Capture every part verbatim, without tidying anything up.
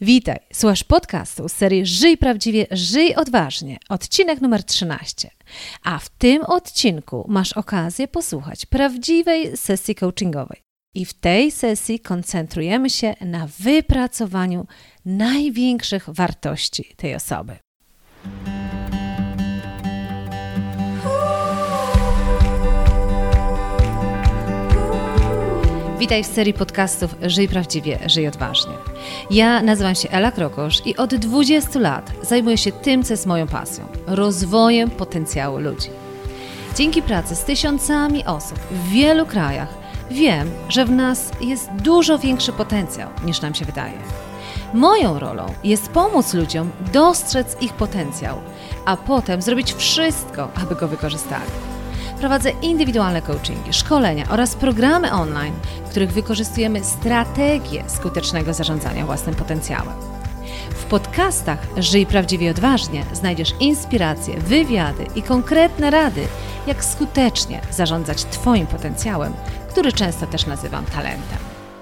Witaj, słuchasz podcastu z serii Żyj Prawdziwie, Żyj Odważnie, odcinek numer trzynaście. A w tym odcinku masz okazję posłuchać prawdziwej sesji coachingowej. I w tej sesji koncentrujemy się na wypracowaniu największych wartości tej osoby. Witaj w serii podcastów Żyj Prawdziwie, Żyj Odważnie. Ja nazywam się Ela Krokosz i od dwudziestu lat zajmuję się tym, co jest moją pasją – rozwojem potencjału ludzi. Dzięki pracy z tysiącami osób w wielu krajach wiem, że w nas jest dużo większy potencjał niż nam się wydaje. Moją rolą jest pomóc ludziom dostrzec ich potencjał, a potem zrobić wszystko, aby go wykorzystali. Prowadzę indywidualne coachingi, szkolenia oraz programy online, w których wykorzystujemy strategię skutecznego zarządzania własnym potencjałem. W podcastach Żyj Prawdziwie Odważnie znajdziesz inspiracje, wywiady i konkretne rady, jak skutecznie zarządzać Twoim potencjałem, który często też nazywam talentem.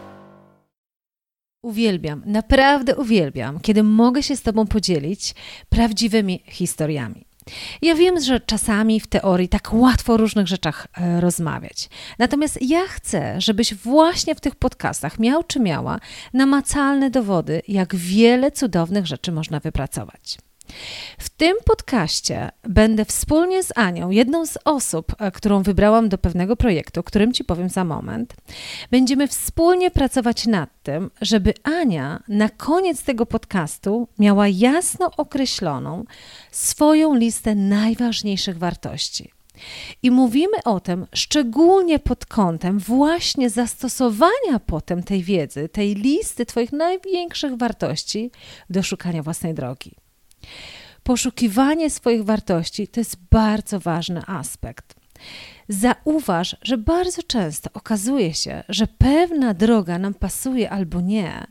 Uwielbiam, naprawdę uwielbiam, kiedy mogę się z Tobą podzielić prawdziwymi historiami. Ja wiem, że czasami w teorii tak łatwo o różnych rzeczach e, rozmawiać. Natomiast ja chcę, żebyś właśnie w tych podcastach miał czy miała namacalne dowody, jak wiele cudownych rzeczy można wypracować. W tym podcaście będę wspólnie z Anią, jedną z osób, którą wybrałam do pewnego projektu, o którym Ci powiem za moment, będziemy wspólnie pracować nad tym, żeby Ania na koniec tego podcastu miała jasno określoną swoją listę najważniejszych wartości. I mówimy o tym szczególnie pod kątem właśnie zastosowania potem tej wiedzy, tej listy Twoich największych wartości do szukania własnej drogi. Poszukiwanie swoich wartości to jest bardzo ważny aspekt. Zauważ, że bardzo często okazuje się, że pewna droga nam pasuje albo nie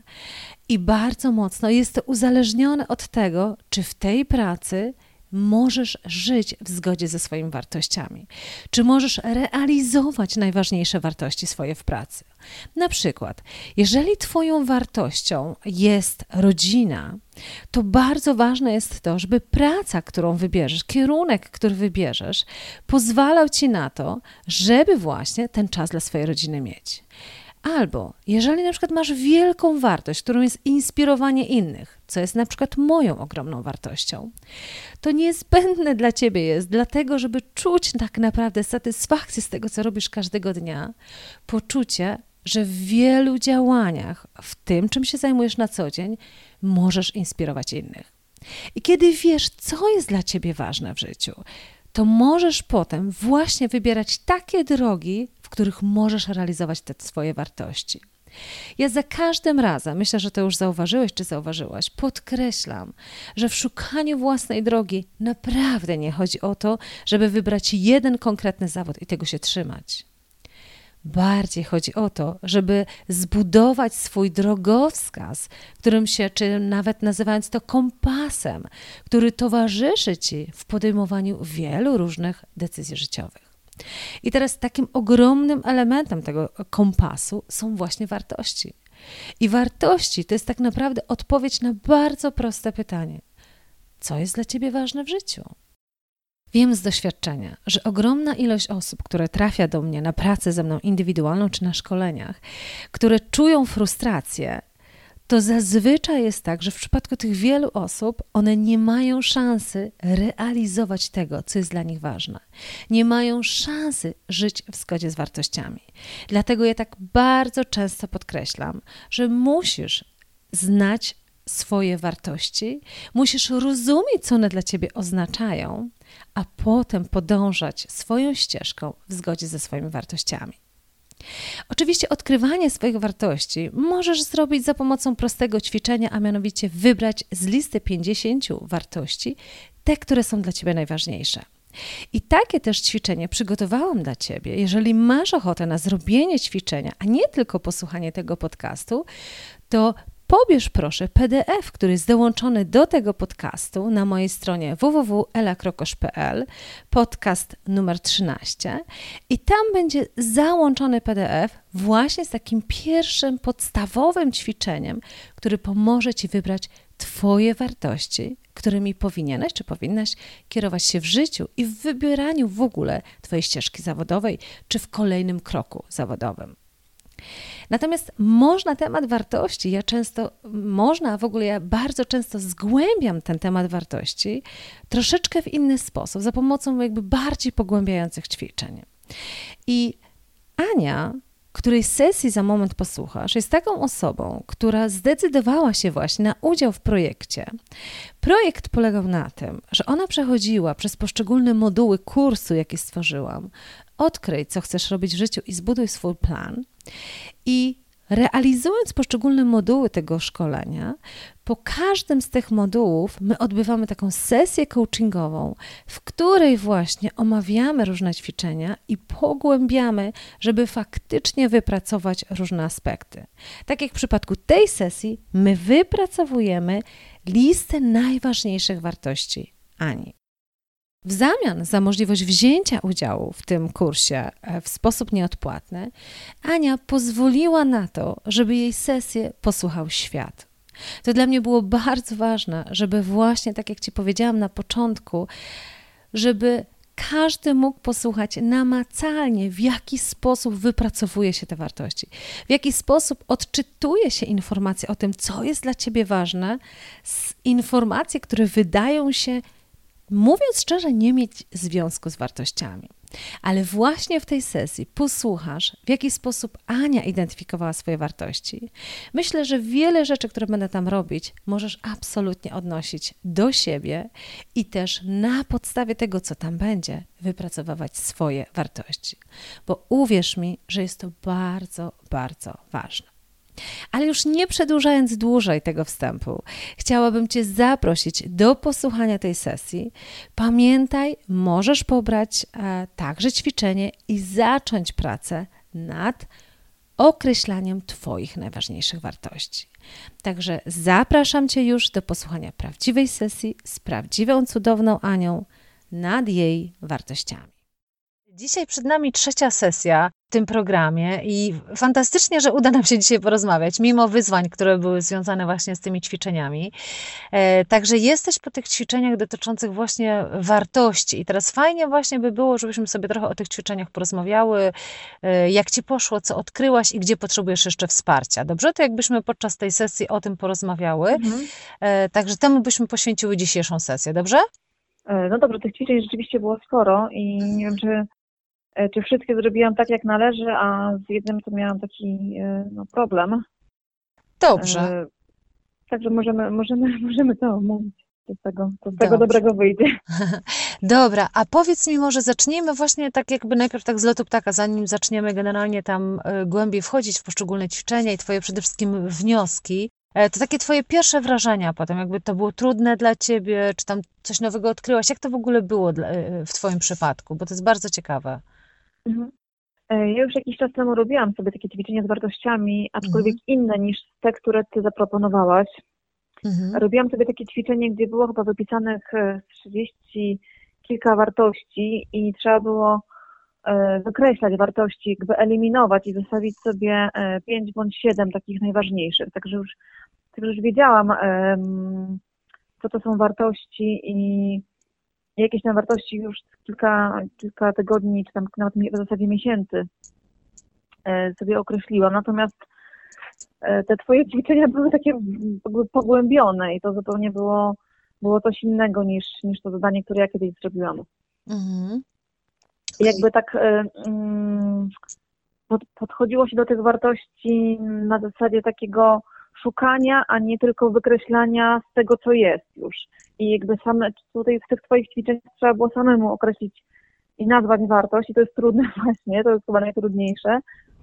i bardzo mocno jest to uzależnione od tego, czy w tej pracy możesz żyć w zgodzie ze swoimi wartościami. Czy możesz realizować najważniejsze wartości swoje w pracy. Na przykład, jeżeli Twoją wartością jest rodzina, to bardzo ważne jest to, żeby praca, którą wybierzesz, kierunek, który wybierzesz, pozwalał Ci na to, żeby właśnie ten czas dla swojej rodziny mieć. Albo jeżeli na przykład masz wielką wartość, którą jest inspirowanie innych, co jest na przykład moją ogromną wartością, to niezbędne dla Ciebie jest, dlatego żeby czuć tak naprawdę satysfakcję z tego, co robisz każdego dnia, poczucie, że w wielu działaniach, w tym, czym się zajmujesz na co dzień, możesz inspirować innych. I kiedy wiesz, co jest dla Ciebie ważne w życiu, to możesz potem właśnie wybierać takie drogi, w których możesz realizować te swoje wartości. Ja za każdym razem, myślę, że to już zauważyłeś czy zauważyłaś, podkreślam, że w szukaniu własnej drogi naprawdę nie chodzi o to, żeby wybrać jeden konkretny zawód i tego się trzymać. Bardziej chodzi o to, żeby zbudować swój drogowskaz, którym się, czy nawet nazywając to kompasem, który towarzyszy Ci w podejmowaniu wielu różnych decyzji życiowych. I teraz takim ogromnym elementem tego kompasu są właśnie wartości. I wartości to jest tak naprawdę odpowiedź na bardzo proste pytanie. Co jest dla Ciebie ważne w życiu? Wiem z doświadczenia, że ogromna ilość osób, które trafia do mnie na pracę ze mną indywidualną czy na szkoleniach, które czują frustrację, to zazwyczaj jest tak, że w przypadku tych wielu osób one nie mają szansy realizować tego, co jest dla nich ważne. Nie mają szansy żyć w zgodzie z wartościami. Dlatego ja tak bardzo często podkreślam, że musisz znać swoje wartości, musisz rozumieć, co one dla Ciebie oznaczają, a potem podążać swoją ścieżką w zgodzie ze swoimi wartościami. Oczywiście odkrywanie swoich wartości możesz zrobić za pomocą prostego ćwiczenia, a mianowicie wybrać z listy pięćdziesięciu wartości te, które są dla Ciebie najważniejsze. I takie też ćwiczenie przygotowałam dla Ciebie. Jeżeli masz ochotę na zrobienie ćwiczenia, a nie tylko posłuchanie tego podcastu, to pobierz proszę P D F, który jest dołączony do tego podcastu na mojej stronie w w w kropka ela krokosz kropka p l, podcast numer trzynaście i tam będzie załączony P D F właśnie z takim pierwszym podstawowym ćwiczeniem, który pomoże Ci wybrać Twoje wartości, którymi powinieneś czy powinnaś kierować się w życiu i w wybieraniu w ogóle Twojej ścieżki zawodowej czy w kolejnym kroku zawodowym. Natomiast można temat wartości, ja często, można, w ogóle ja bardzo często zgłębiam ten temat wartości troszeczkę w inny sposób, za pomocą jakby bardziej pogłębiających ćwiczeń. I Ania, której sesji za moment posłuchasz, jest taką osobą, która zdecydowała się właśnie na udział w projekcie. Projekt polegał na tym, że ona przechodziła przez poszczególne moduły kursu, jaki stworzyłam. Odkryj, co chcesz robić w życiu i zbuduj swój plan. I realizując poszczególne moduły tego szkolenia, po każdym z tych modułów my odbywamy taką sesję coachingową, w której właśnie omawiamy różne ćwiczenia i pogłębiamy, żeby faktycznie wypracować różne aspekty. Tak jak w przypadku tej sesji, my wypracowujemy listę najważniejszych wartości Ani. W zamian za możliwość wzięcia udziału w tym kursie w sposób nieodpłatny, Ania pozwoliła na to, żeby jej sesję posłuchał świat. To dla mnie było bardzo ważne, żeby właśnie, tak jak Ci powiedziałam na początku, żeby każdy mógł posłuchać namacalnie, w jaki sposób wypracowuje się te wartości, w jaki sposób odczytuje się informacje o tym, co jest dla Ciebie ważne, z informacji, które wydają się, mówiąc szczerze, nie mieć związku z wartościami. Ale właśnie w tej sesji posłuchasz, w jaki sposób Ania identyfikowała swoje wartości. Myślę, że wiele rzeczy, które będę tam robić, możesz absolutnie odnosić do siebie i też na podstawie tego, co tam będzie, wypracowywać swoje wartości. Bo uwierz mi, że jest to bardzo, bardzo ważne. Ale już nie przedłużając dłużej tego wstępu, chciałabym Cię zaprosić do posłuchania tej sesji. Pamiętaj, możesz pobrać e, także ćwiczenie i zacząć pracę nad określaniem Twoich najważniejszych wartości. Także zapraszam Cię już do posłuchania prawdziwej sesji z prawdziwą, cudowną Anią nad jej wartościami. Dzisiaj przed nami trzecia sesja w tym programie i fantastycznie, że uda nam się dzisiaj porozmawiać, mimo wyzwań, które były związane właśnie z tymi ćwiczeniami. E, także jesteś po tych ćwiczeniach dotyczących właśnie wartości i teraz fajnie właśnie by było, żebyśmy sobie trochę o tych ćwiczeniach porozmawiały, e, jak Ci poszło, co odkryłaś i gdzie potrzebujesz jeszcze wsparcia. Dobrze? To jakbyśmy podczas tej sesji o tym porozmawiały. Mhm. E, także temu byśmy poświęciły dzisiejszą sesję. Dobrze? No dobrze, tych ćwiczeń rzeczywiście było sporo i nie wiem, czy Czy wszystkie zrobiłam tak, jak należy, a z jednym to miałam taki no, problem. Dobrze. E, także możemy, możemy, możemy to omówić. Co z tego, co z tego dobrego wyjdzie. Dobra, a powiedz mi może, zacznijmy właśnie tak jakby najpierw tak z lotu ptaka, zanim zaczniemy generalnie tam głębiej wchodzić w poszczególne ćwiczenia i Twoje przede wszystkim wnioski. To takie Twoje pierwsze wrażenia potem, jakby to było trudne dla Ciebie, czy tam coś nowego odkryłaś? Jak to w ogóle było w Twoim przypadku? Bo to jest bardzo ciekawe. Mhm. Ja już jakiś czas temu robiłam sobie takie ćwiczenia z wartościami, aczkolwiek mhm. inne niż te, które Ty zaproponowałaś. Mhm. Robiłam sobie takie ćwiczenie, gdzie było chyba wypisanych trzydzieści kilka wartości i trzeba było wykreślać wartości, jakby eliminować i zostawić sobie pięć bądź siedem takich najważniejszych. Także już, także już wiedziałam, co to są wartości i jakieś tam wartości już kilka, kilka tygodni, czy tam nawet w zasadzie miesięcy sobie określiłam. Natomiast te Twoje ćwiczenia były takie były pogłębione i to zupełnie było, było coś innego niż, niż to zadanie, które ja kiedyś zrobiłam. Mhm. Jakby tak um, pod, podchodziło się do tych wartości na zasadzie takiego szukania, a nie tylko wykreślania z tego, co jest już. I jakby same tutaj w tych Twoich ćwiczeniach trzeba było samemu określić i nazwać wartość i to jest trudne właśnie, to jest chyba najtrudniejsze.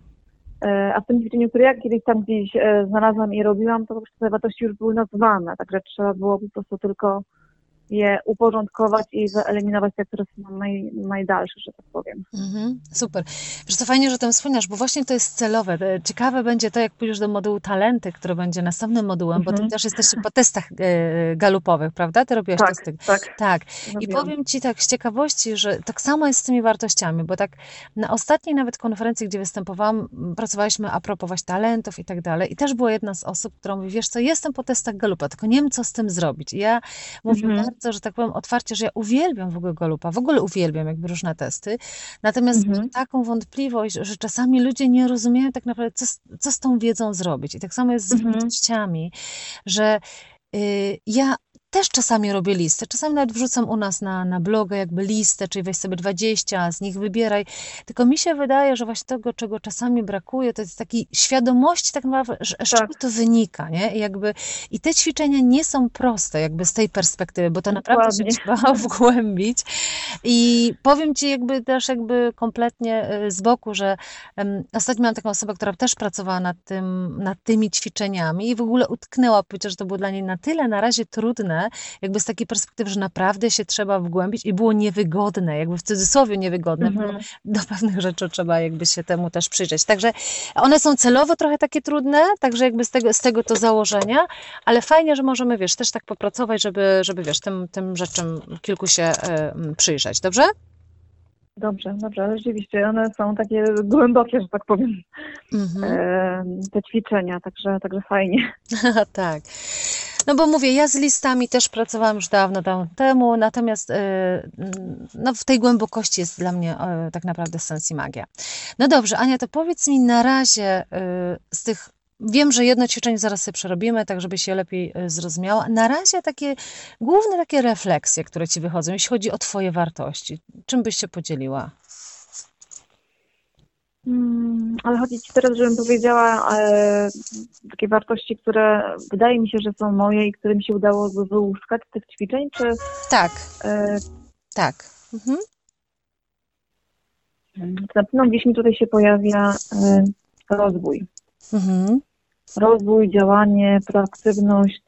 A w tym ćwiczeniu, które ja kiedyś tam gdzieś znalazłam i robiłam, to po prostu te wartości już były nazwane, także trzeba było po prostu tylko je uporządkować i wyeliminować te, które są naj, najdalsze, że tak powiem. Mhm, super. Wiesz, to fajnie, że o tym wspominasz, bo właśnie to jest celowe. Ciekawe będzie to, jak pójdziesz do modułu talenty, który będzie następnym modułem, mhm. bo ty też jesteś po testach e, galupowych, prawda? Ty robiłaś tak, testy. Tak, tak. I powiem ci tak z ciekawości, że tak samo jest z tymi wartościami, bo tak na ostatniej nawet konferencji, gdzie występowałam, pracowaliśmy a propos właśnie talentów i tak dalej i też była jedna z osób, która mówi, wiesz co, jestem po testach Galupa, tylko nie wiem, co z tym zrobić. I ja mówię mhm. bardzo, że tak powiem otwarcie, że ja uwielbiam w ogóle Galupa, w ogóle uwielbiam jakby różne testy, natomiast mhm. taką wątpliwość, że czasami ludzie nie rozumieją tak naprawdę, co, co z tą wiedzą zrobić. I tak samo jest z mhm. wartościami, że y, ja też czasami robię listę, czasami nawet wrzucam u nas na, na bloga jakby listę, czyli weź sobie dwadzieścia, z nich wybieraj, tylko mi się wydaje, że właśnie tego, czego czasami brakuje, to jest takiej świadomości tak naprawdę, że, z czego to wynika, nie? I jakby, i te ćwiczenia nie są proste jakby z tej perspektywy, bo to naprawdę się trzeba wgłębić i powiem ci jakby też jakby kompletnie z boku, że um, ostatnio miałam taką osobę, która też pracowała nad tym, nad tymi ćwiczeniami i w ogóle utknęła, powiedziała, że to było dla niej na tyle na razie trudne, jakby z takiej perspektywy, że naprawdę się trzeba wgłębić i było niewygodne, jakby w cudzysłowie niewygodne, mm-hmm. bo do pewnych rzeczy trzeba jakby się temu też przyjrzeć. Także one są celowo trochę takie trudne, także jakby z tego, z tego to założenia, ale fajnie, że możemy, wiesz, też tak popracować, żeby, żeby wiesz, tym, tym rzeczom kilku się y, przyjrzeć. Dobrze? Dobrze, dobrze, ale rzeczywiście one są takie głębokie, że tak powiem, mm-hmm. e, te ćwiczenia, także, także fajnie. Tak. No bo mówię, ja z listami też pracowałam już dawno, dawno temu, natomiast no, w tej głębokości jest dla mnie tak naprawdę sens i magia. No dobrze, Ania, to powiedz mi na razie z tych, wiem, że jedno ćwiczenie zaraz sobie przerobimy, tak żebyś je lepiej zrozumiała. Na razie takie główne takie refleksje, które ci wychodzą, jeśli chodzi o twoje wartości. Czym byś się podzieliła? Hmm, ale chodzi ci teraz, żebym powiedziała e, takie wartości, które wydaje mi się, że są moje i które mi się udało wyłuskać z tych ćwiczeń, czy... Tak, e, tak. Mhm. Na pewno gdzieś mi tutaj się pojawia e, rozwój. Mhm. Rozwój, działanie, proaktywność.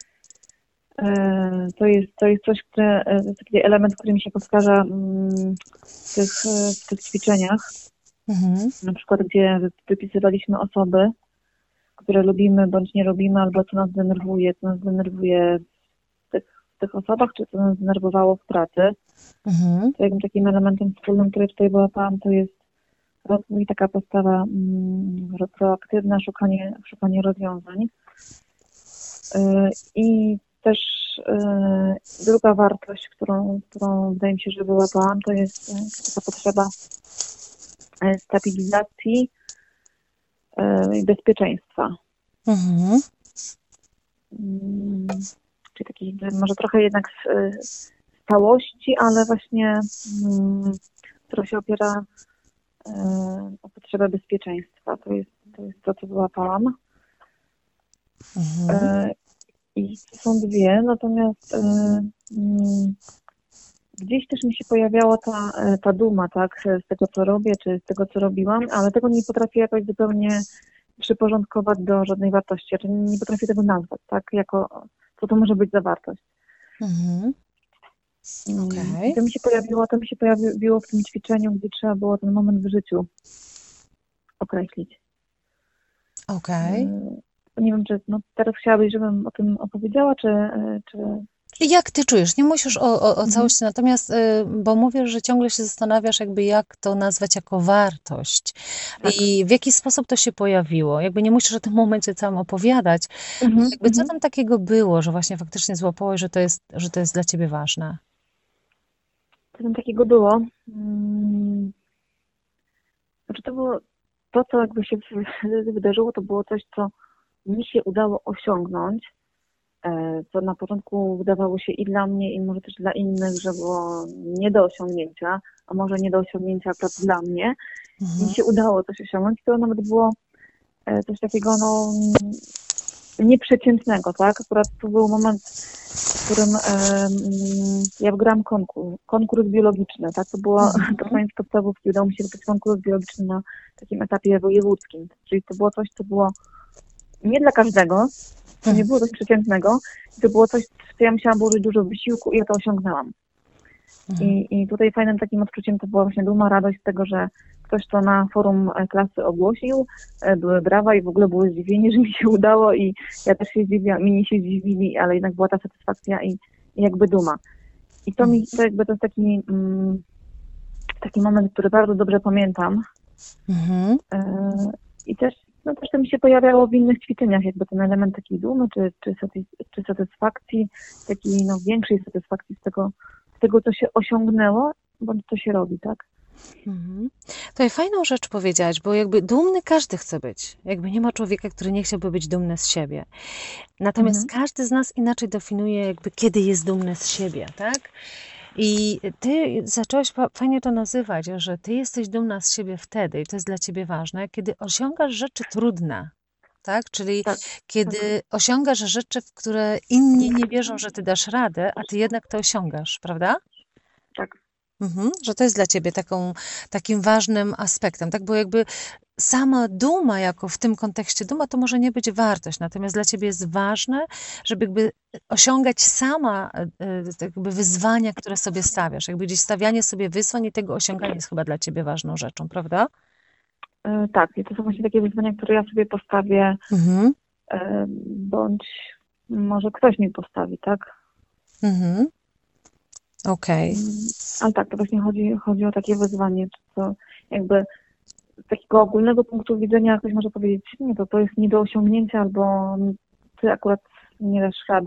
E, to jest, to jest coś, które, to jest taki element, który mi się powtarza mm, w, tych, w tych ćwiczeniach. Mhm. Na przykład, gdzie wypisywaliśmy osoby, które lubimy bądź nie lubimy, albo co nas denerwuje, co nas denerwuje w tych, w tych osobach, czy co nas zdenerwowało w pracy. Mhm. To jakimś takim elementem wspólnym, który tutaj wyłapałam, to jest rozwój, taka postawa mm, proaktywna, szukanie, szukanie rozwiązań. Yy, I też yy, druga wartość, którą, którą wydaje mi się, że wyłapałam, to jest yy, taka potrzeba stabilizacji i yy, bezpieczeństwa. Mhm. Yy, czyli takiej może trochę jednak stałości, ale właśnie yy, która się opiera yy, o potrzebę bezpieczeństwa. To jest, to jest to, co wyłapałam. Mhm. Yy, I to są dwie, natomiast yy, yy, gdzieś też mi się pojawiała ta, ta duma, tak, z tego, co robię, czy z tego, co robiłam, ale tego nie potrafię jakoś zupełnie przyporządkować do żadnej wartości, znaczy nie potrafię tego nazwać, tak, jako, co to może być za wartość. Mhm. Okay. I to mi się pojawiło, to mi się pojawiło w tym ćwiczeniu, gdzie trzeba było ten moment w życiu określić. Okej. Okay. Nie wiem, czy no, teraz chciałabyś, żebym o tym opowiedziała, czy... czy... Jak ty czujesz? Nie musisz o, o, o całości, mhm. natomiast, bo mówisz, że ciągle się zastanawiasz, jakby jak to nazwać jako wartość tak. i w jaki sposób to się pojawiło. Jakby nie musisz o tym momencie całym opowiadać. Mhm. Jakby co tam takiego było, że właśnie faktycznie złapałeś, że to jest, że to jest dla ciebie ważne? Co tam takiego było? Hmm. Znaczy to było, to co jakby się wydarzyło, to było coś, co mi się udało osiągnąć, co na początku wydawało się i dla mnie, i może też dla innych, że było nie do osiągnięcia, a może nie do osiągnięcia akurat dla mnie. Mhm. Mi się udało coś osiągnąć, to nawet było coś takiego no, nieprzeciętnego, tak? Akurat to był moment, w którym um, ja wygrałam konkurs, konkurs biologiczny, tak? To było mhm. to koniec podstawówki, udało mi się wygrać konkurs biologiczny na takim etapie wojewódzkim, czyli to było coś, co było nie dla każdego, To nie było coś przeciętnego. To było coś, co ja musiałam włożyć dużo wysiłku i ja to osiągnęłam. Mhm. I, I tutaj fajnym takim odczuciem to była właśnie duma, radość z tego, że ktoś to na forum klasy ogłosił, były brawa i w ogóle było zdziwienie, że mi się udało i ja też się zdziwiłam, inni się zdziwili, ale jednak była ta satysfakcja i, i jakby duma. I to mi, to jakby to jest taki, mm, taki moment, który bardzo dobrze pamiętam. Mhm. E, I też, no też to mi się pojawiało w innych ćwiczeniach, jakby ten element takiej dumy, czy, czy, satys- czy satysfakcji, takiej no, większej satysfakcji z tego, z tego, co się osiągnęło, bądź co się robi, tak? Mhm. To fajną rzecz powiedziałaś, bo jakby dumny każdy chce być. Jakby nie ma człowieka, który nie chciałby być dumny z siebie. Natomiast Mhm. każdy z nas inaczej definiuje, jakby kiedy jest dumny z siebie, tak? I ty zaczęłaś fa- fajnie to nazywać, że ty jesteś dumna z siebie wtedy, i to jest dla ciebie ważne, kiedy osiągasz rzeczy trudne, tak? Czyli Tak, kiedy tak, osiągasz rzeczy, w które inni nie wierzą, że ty dasz radę, a ty jednak to osiągasz, prawda? tak. Mhm, że to jest dla ciebie taką, takim ważnym aspektem, tak? Bo jakby sama duma, jako w tym kontekście duma, to może nie być wartość, natomiast dla ciebie jest ważne, żeby jakby osiągać sama e, e, tak jakby wyzwania, które sobie stawiasz. Jakby gdzieś stawianie sobie wyzwań i tego osiągania jest chyba dla ciebie ważną rzeczą, prawda? E, tak, i to są właśnie takie wyzwania, które ja sobie postawię, Mhm, e, bądź może ktoś mi postawi, tak? mhm. Okej. Mm, Ale tak, to właśnie chodzi, chodzi o takie wyzwanie, czy to jakby z takiego ogólnego punktu widzenia ktoś może powiedzieć, nie, to to jest nie do osiągnięcia, albo ty akurat nie dasz rady,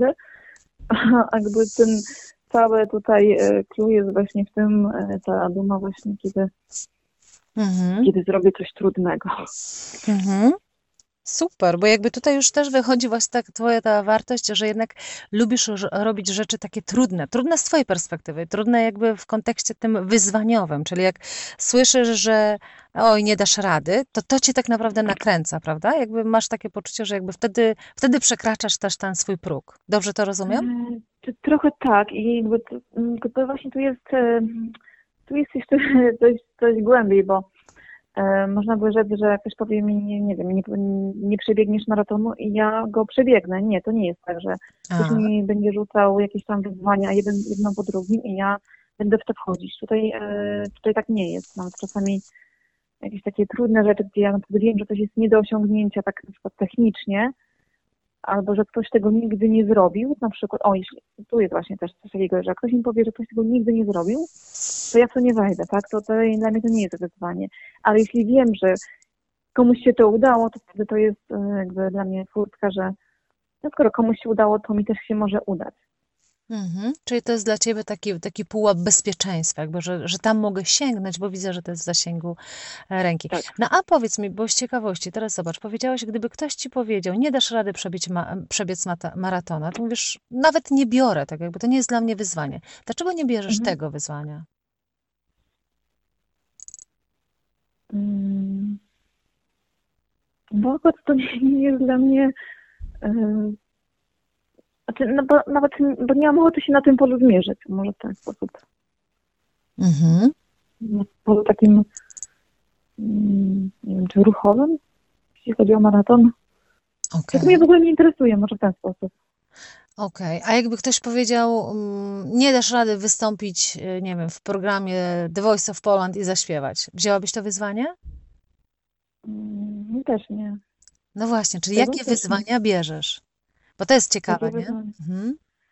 a jakby ten cały tutaj e, clue jest właśnie w tym, e, ta duma właśnie, kiedy, Mhm, kiedy zrobię coś trudnego. mhm. Super, bo jakby tutaj już też wychodzi właśnie tak twoja ta wartość, że jednak lubisz ż- robić rzeczy takie trudne, trudne z twojej perspektywy, trudne jakby w kontekście tym wyzwaniowym, czyli jak słyszysz, że oj, nie dasz rady, to to cię tak naprawdę nakręca, prawda? Jakby masz takie poczucie, że jakby wtedy, wtedy przekraczasz też ten swój próg. Dobrze to rozumiem? E, to trochę tak i jakby to, mm, to właśnie tu jest, e, tu jest jeszcze coś, coś głębiej, bo e, można by rzec, że ktoś powie mi, nie, nie wiem, nie, nie przebiegniesz maratonu i ja go przebiegnę. Nie, to nie jest tak, że ktoś A, mi będzie rzucał jakieś tam wyzwania jeden, jedno po drugim i ja będę w to wchodzić. Tutaj, e, tutaj tak nie jest. Nawet czasami jakieś takie trudne rzeczy, gdzie ja na przykład wiem, że coś jest nie do osiągnięcia tak na przykład technicznie, albo że ktoś tego nigdy nie zrobił, na przykład, o, jeśli, tu jest właśnie też coś takiego, że jak ktoś mi powie, że ktoś tego nigdy nie zrobił, to ja w to nie wejdę, tak, to, to dla mnie to nie jest wyzwanie, ale jeśli wiem, że komuś się to udało, to wtedy to jest e, jakby dla mnie furtka, że no skoro komuś się udało, to mi też się może udać. mhm. Czyli to jest dla ciebie taki, taki pułap bezpieczeństwa, jakby, że, że tam mogę sięgnąć, bo widzę, że to jest w zasięgu e, ręki. Tak. No a powiedz mi, bo z ciekawości, teraz zobacz, powiedziałaś, gdyby ktoś ci powiedział, nie dasz rady przebić ma, przebiec mata, maratona, to mówisz, nawet nie biorę, tak jakby to nie jest dla mnie wyzwanie. Dlaczego nie bierzesz Mhm. tego wyzwania? Mm, bo akurat to nie, nie jest dla mnie, e, znaczy, no bo nawet, bo nie mam ochoty się na tym polu zmierzyć, może w ten sposób. Mhm. Na polu takim, mm, nie wiem, czy ruchowym, jeśli chodzi o maraton. Okej, To mnie w ogóle nie interesuje, może w ten sposób. okej. A jakby ktoś powiedział, mm, nie dasz rady wystąpić, y, nie wiem, w programie The Voice of Poland i zaśpiewać, wzięłabyś to wyzwanie? Mm, też nie. No właśnie, czyli Tego jakie też nie. wyzwania bierzesz? Bo to jest ciekawe, Jakie nie? wyzwania? Mhm.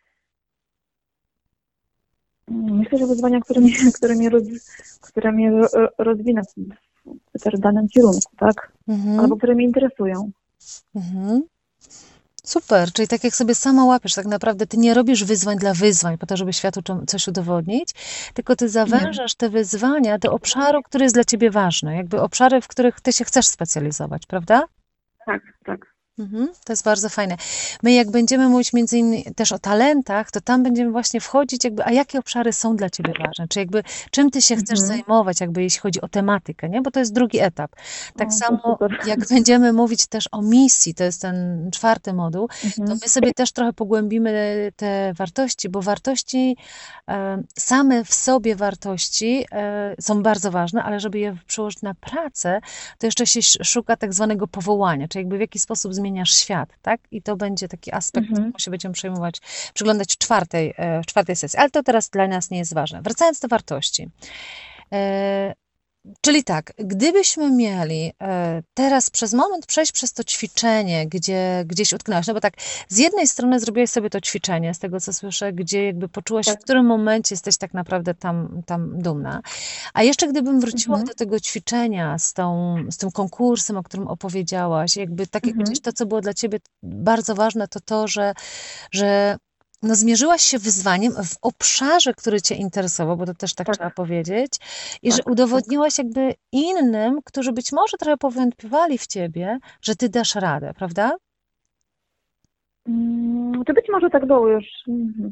Mm, Myślę, że wyzwania, które mnie, które mnie, roz, które mnie ro- rozwina w, też w danym kierunku, tak? Mhm. Albo które mnie interesują. Mhm. Super, czyli tak jak sobie sama łapiesz, tak naprawdę ty nie robisz wyzwań dla wyzwań, po to, żeby światu czym- coś udowodnić, tylko ty zawężasz te wyzwania do obszaru, który jest dla ciebie ważny, jakby obszary, w których ty się chcesz specjalizować, prawda? Tak, tak. Mhm, to jest bardzo fajne. My jak będziemy mówić między innymi też o talentach, to tam będziemy właśnie wchodzić jakby, a jakie obszary są dla ciebie ważne, czy jakby czym ty się chcesz Mhm. zajmować, jakby jeśli chodzi o tematykę, nie? Bo to jest drugi etap. Tak O, to samo super. jak będziemy mówić też o misji, to jest ten czwarty moduł, to Mhm. my sobie też trochę pogłębimy te wartości, bo wartości, e, same w sobie wartości e, są bardzo ważne, ale żeby je przełożyć na pracę, to jeszcze się sz- szuka tak zwanego powołania, czyli jakby w jaki sposób zmienić zmieniasz świat, tak? I to będzie taki aspekt, Mhm. którym się będziemy przejmować, przyglądać w czwartej, e, w czwartej sesji. Ale to teraz dla nas nie jest ważne. Wracając do wartości. E, Czyli tak, gdybyśmy mieli e, teraz przez moment przejść przez to ćwiczenie, gdzie gdzieś utknęłaś, no bo tak, z jednej strony zrobiłeś sobie to ćwiczenie, z tego co słyszę, gdzie jakby poczułaś, w Tak. którym momencie jesteś tak naprawdę tam, tam dumna. A jeszcze gdybym wróciła Mhm. do tego ćwiczenia z, tą, z tym konkursem, o którym opowiedziałaś, jakby tak jak Mhm. powiedzieć, to, co było dla ciebie bardzo ważne, to to, że, że no zmierzyłaś się wyzwaniem w obszarze, który cię interesował, bo to też tak, Tak. trzeba powiedzieć, i że Tak, udowodniłaś jakby innym, którzy być może trochę powątpiewali w ciebie, że ty dasz radę, prawda? Mm, To być może tak było już. Mhm.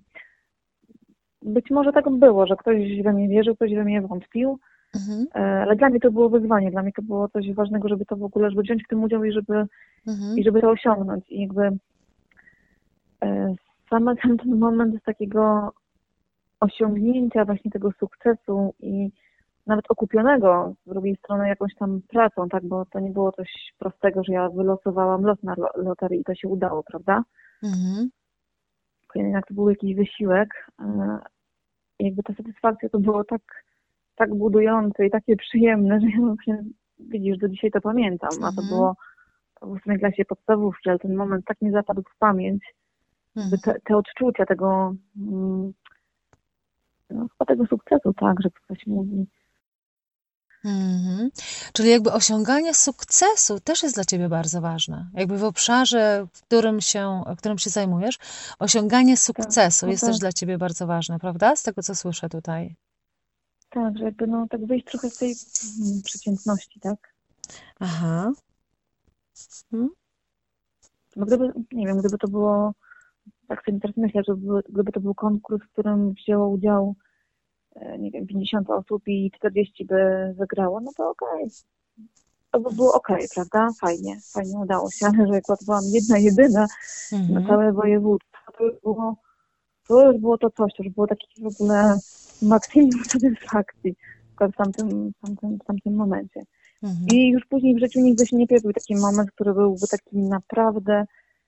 Być może tak było, że ktoś we mnie wierzył, ktoś we mnie wątpił, Mhm, e, ale dla mnie to było wyzwanie, dla mnie to było coś ważnego, żeby to w ogóle, żeby wziąć w tym udział i żeby, mhm, i żeby to osiągnąć. I jakby e, sam ten, ten moment takiego osiągnięcia właśnie tego sukcesu i nawet okupionego z drugiej strony jakąś tam pracą, tak, bo to nie było coś prostego, że ja wylosowałam los na lo- loterii i to się udało, prawda? mhm, Jednak to był jakiś wysiłek. e, I jakby ta satysfakcja to było tak, tak budujące i takie przyjemne, że ja właśnie, widzisz, do dzisiaj to pamiętam. A to mhm, było, to było w samej klasie podstawówki, ale ten moment tak mi zapadł w pamięć, jakby mhm. te, te odczucia tego, mm, no, chyba tego sukcesu, tak, że ktoś mówi. Mhm. Czyli jakby osiąganie sukcesu też jest dla ciebie bardzo ważne. Jakby w obszarze, w którym się, którym się zajmujesz, osiąganie Tak, sukcesu no jest też tak, dla ciebie bardzo ważne, prawda? Z tego, co słyszę tutaj. tak, że jakby no tak wyjść trochę z tej mm, przeciętności, tak? Aha. Mhm. Bo gdyby, nie wiem, gdyby to było, tak sobie teraz myślę, że gdyby, gdyby to był konkurs, w którym wzięło udział e, nie wiem, pięćdziesiąt osób i czterdzieści by wygrało, no to okej. To by było okej, prawda? Fajnie, fajnie udało się, ale że jak byłam jedna, jedyna na Mhm. całe województwo, to już było to, już było to coś, to już było takie w ogóle maksimum satysfakcji w tamtym, w tamtym, w tamtym momencie. Mhm. I już później w życiu nigdy się nie pojawił taki moment, który byłby taki naprawdę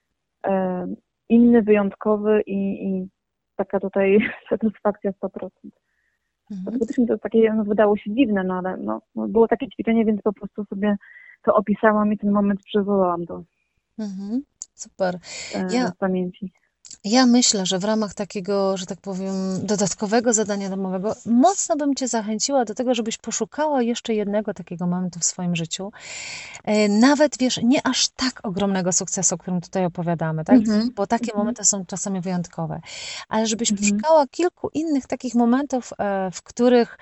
e, inny, wyjątkowy i, i taka tutaj satysfakcja sto procent. Mhm. Dlatego też mi to takie no, wydało się dziwne, no ale no, no, było takie ćwiczenie, więc po prostu sobie to opisałam i ten moment przywołałam do Mhm. Super. e, Ja, z pamięci. ja myślę, że w ramach takiego, że tak powiem, dodatkowego zadania domowego, mocno bym cię zachęciła do tego, żebyś poszukała jeszcze jednego takiego momentu w swoim życiu. E, Nawet, wiesz, nie aż tak ogromnego sukcesu, o którym tutaj opowiadamy, tak? Mhm. Bo takie Mhm. momenty są czasami wyjątkowe. Ale żebyś Mhm. poszukała kilku innych takich momentów, e, w których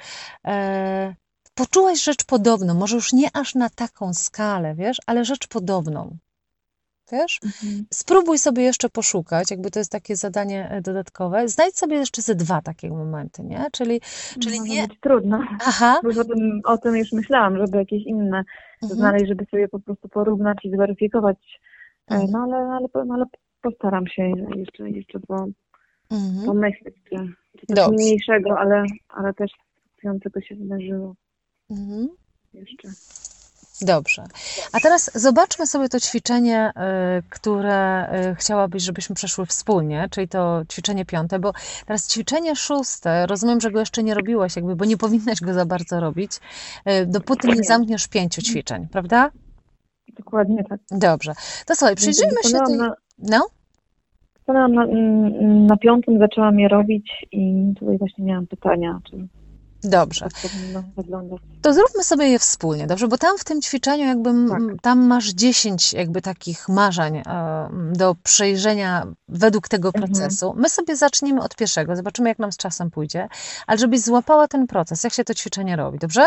e, poczułaś rzecz podobną. Może już nie aż na taką skalę, wiesz, ale rzecz podobną. Wiesz? Mhm. Spróbuj sobie jeszcze poszukać, jakby to jest takie zadanie e, dodatkowe. Znajdź sobie jeszcze ze dwa takie momenty, nie? Czyli, czyli Może nie, być trudno. aha, Bo już o tym, o tym już myślałam, żeby jakieś inne mhm, znaleźć, żeby sobie po prostu porównać i zweryfikować. E, mhm, No ale, ale, no, ale postaram się jeszcze, jeszcze po, mhm. pomyśleć, czy, czy coś Dobrze. mniejszego, ale, ale też fascynującego się wydarzyło Mhm. jeszcze. Dobrze. A teraz zobaczmy sobie to ćwiczenie, y, które y, chciałabyś, żebyśmy przeszły wspólnie, czyli to ćwiczenie piąte, bo teraz ćwiczenie szóste, rozumiem, że go jeszcze nie robiłaś, jakby, bo nie powinnaś go za bardzo robić, y, dopóty nie Nie. zamkniesz pięciu ćwiczeń, prawda? Dokładnie tak. Dobrze. To słuchaj, Więc przyjrzyjmy się stanęłam tej... na, No? stanęłam na, na piątym, zaczęłam je robić i tutaj właśnie miałam pytania, czy Dobrze. tak powinno wyglądać. To zróbmy sobie je wspólnie, dobrze? Bo tam w tym ćwiczeniu jakby m- Tak. tam masz dziesięć jakby takich marzeń e, do przejrzenia według tego Mhm. procesu. My sobie zaczniemy od pierwszego, zobaczymy jak nam z czasem pójdzie, ale żebyś złapała ten proces, jak się to ćwiczenie robi, dobrze?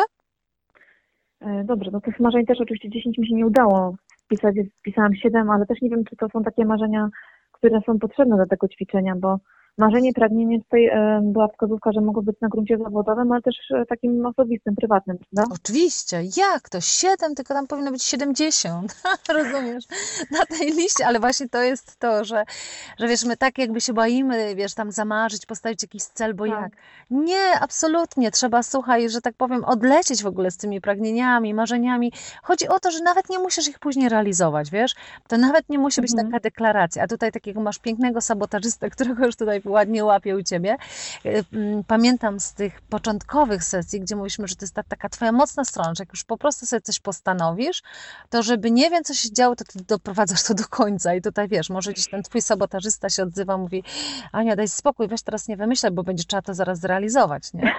E, Dobrze, no tych marzeń też oczywiście dziesięć mi się nie udało wpisać, wpisałam siedem, ale też nie wiem, czy to są takie marzenia, które są potrzebne do tego ćwiczenia, bo marzenie, pragnienie tutaj e, była wskazówka, że mogło być na gruncie zawodowym, ale też e, takim osobistym, prywatnym, prawda? Oczywiście, jak to? Siedem, tylko tam powinno być siedemdziesiąt, rozumiesz, na tej liście, ale właśnie to jest to, że, że wiesz, my tak jakby się boimy, wiesz, tam zamarzyć, postawić jakiś cel, bo Tak. jak? Nie, absolutnie, trzeba, słuchaj, że tak powiem, odlecieć w ogóle z tymi pragnieniami, marzeniami. Chodzi o to, że nawet nie musisz ich później realizować, wiesz, to nawet nie musi być Mhm. taka deklaracja, a tutaj takiego masz pięknego sabotażystę, którego już tutaj ładnie łapie u ciebie. Pamiętam z tych początkowych sesji, gdzie mówiliśmy, że to jest ta, taka twoja mocna strona, że jak już po prostu sobie coś postanowisz, to żeby nie wiem, co się działo, to ty doprowadzasz to do końca i tutaj wiesz, może gdzieś ten twój sabotażysta się odzywa, mówi: Ania, daj spokój, weź teraz nie wymyślaj, bo będzie trzeba to zaraz zrealizować, nie?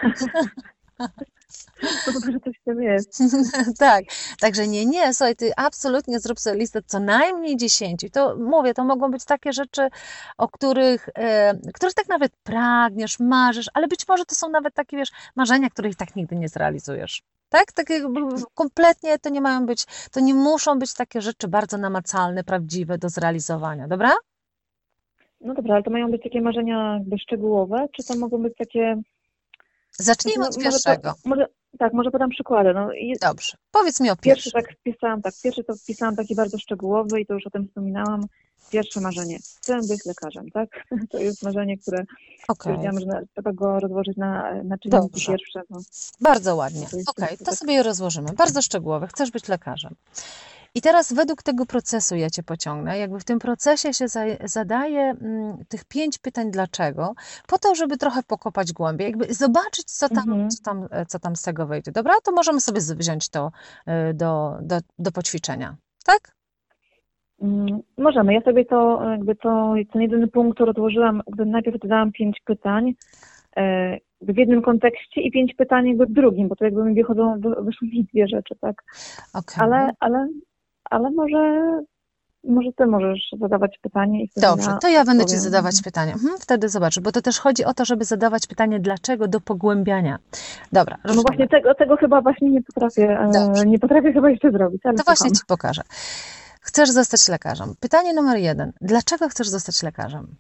To dobrze, coś w tym jest. Tak, także nie, nie, słuchaj, ty absolutnie zrób sobie listę co najmniej dziesięciu. I to mówię, to mogą być takie rzeczy, o których, e, których tak nawet pragniesz, marzysz, ale być może to są nawet takie, wiesz, marzenia, których i tak nigdy nie zrealizujesz. Tak? Tak jakby kompletnie to nie mają być, to nie muszą być takie rzeczy bardzo namacalne, prawdziwe do zrealizowania, dobra? No dobra, ale to mają być takie marzenia jakby szczegółowe, czy to mogą być takie... Zacznijmy No, od może, pierwszego. po, może, tak, może podam przykłady. No, i Dobrze, powiedz mi o pierwszy pierwszym. tak wpisałam, tak, pierwszy to wpisałam taki bardzo szczegółowy i to już o tym wspominałam. Pierwsze marzenie. Chcę być lekarzem, tak? To jest marzenie, które Okej, powiedziałam, że na- trzeba go rozłożyć na, na czynniki dobrze. pierwsze. No, Bardzo ładnie. to jest Okej, to to tak. sobie je rozłożymy. Bardzo szczegółowe. Chcesz być lekarzem. I teraz według tego procesu ja cię pociągnę. Jakby w tym procesie się za, zadaje mm, tych pięć pytań dlaczego, po to, żeby trochę pokopać głębiej, jakby zobaczyć, co tam, Mhm. co tam, e, co tam z tego wyjdzie. Dobra? To możemy sobie z- wziąć to e, do, do, do poćwiczenia. Tak? Mm, Możemy. Ja sobie to jakby to, ten jedyny punkt to rozłożyłam, jakby najpierw dodałam pięć pytań e, jakby w jednym kontekście i pięć pytań jakby w drugim, bo to jakby mi wychodzą, wy- wyszły mi dwie rzeczy, tak? Okej. Ale, ale, ale może, może ty możesz zadawać pytanie i wtedy Dobrze, to ja będę ci odpowiem. zadawać pytania. Mhm, wtedy zobaczę, bo to też chodzi o to, żeby zadawać pytanie dlaczego do pogłębiania. Dobra, No ruszamy. właśnie tego, tego chyba właśnie nie potrafię, e, Dobrze. nie potrafię chyba jeszcze zrobić, ale To właśnie słucham. ci pokażę. Chcesz zostać lekarzem. Pytanie numer jeden. Dlaczego chcesz zostać lekarzem?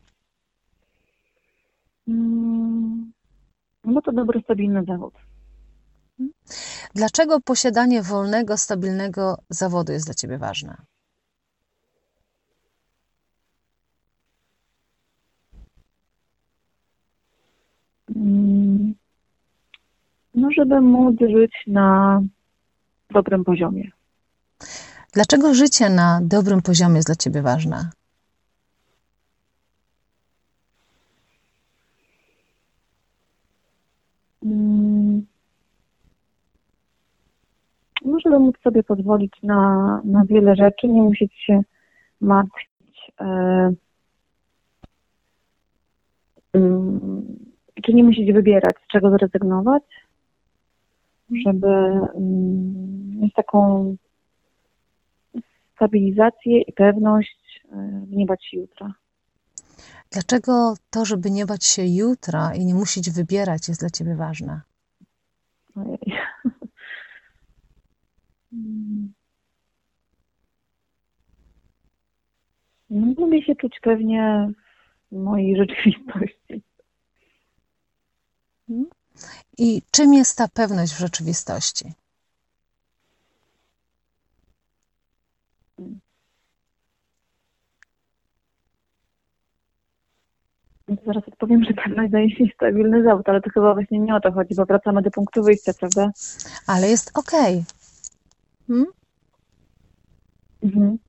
Mm, No to dobry, stabilny zawód. Dlaczego posiadanie wolnego, stabilnego zawodu jest dla ciebie ważne? Mm, No żeby móc żyć na dobrym poziomie. Dlaczego życie na dobrym poziomie jest dla ciebie ważne? Mm, No żeby móc sobie pozwolić na, na wiele rzeczy, nie musieć się martwić, e, mm, czy nie musieć wybierać, z czego zrezygnować, żeby mm, mieć taką stabilizację i pewność, e, nie bać się jutra. Dlaczego to, żeby nie bać się jutra i nie musieć wybierać, jest dla ciebie ważne? Ojej. Mm. No, lubię się czuć pewnie w mojej rzeczywistości. I czym jest ta pewność w rzeczywistości? No to zaraz odpowiem, że pewność daje się stabilny zawód, ale to chyba właśnie nie o to chodzi, bo wracamy do punktu wyjścia, prawda? Ale jest okej. Hmm? Mhm.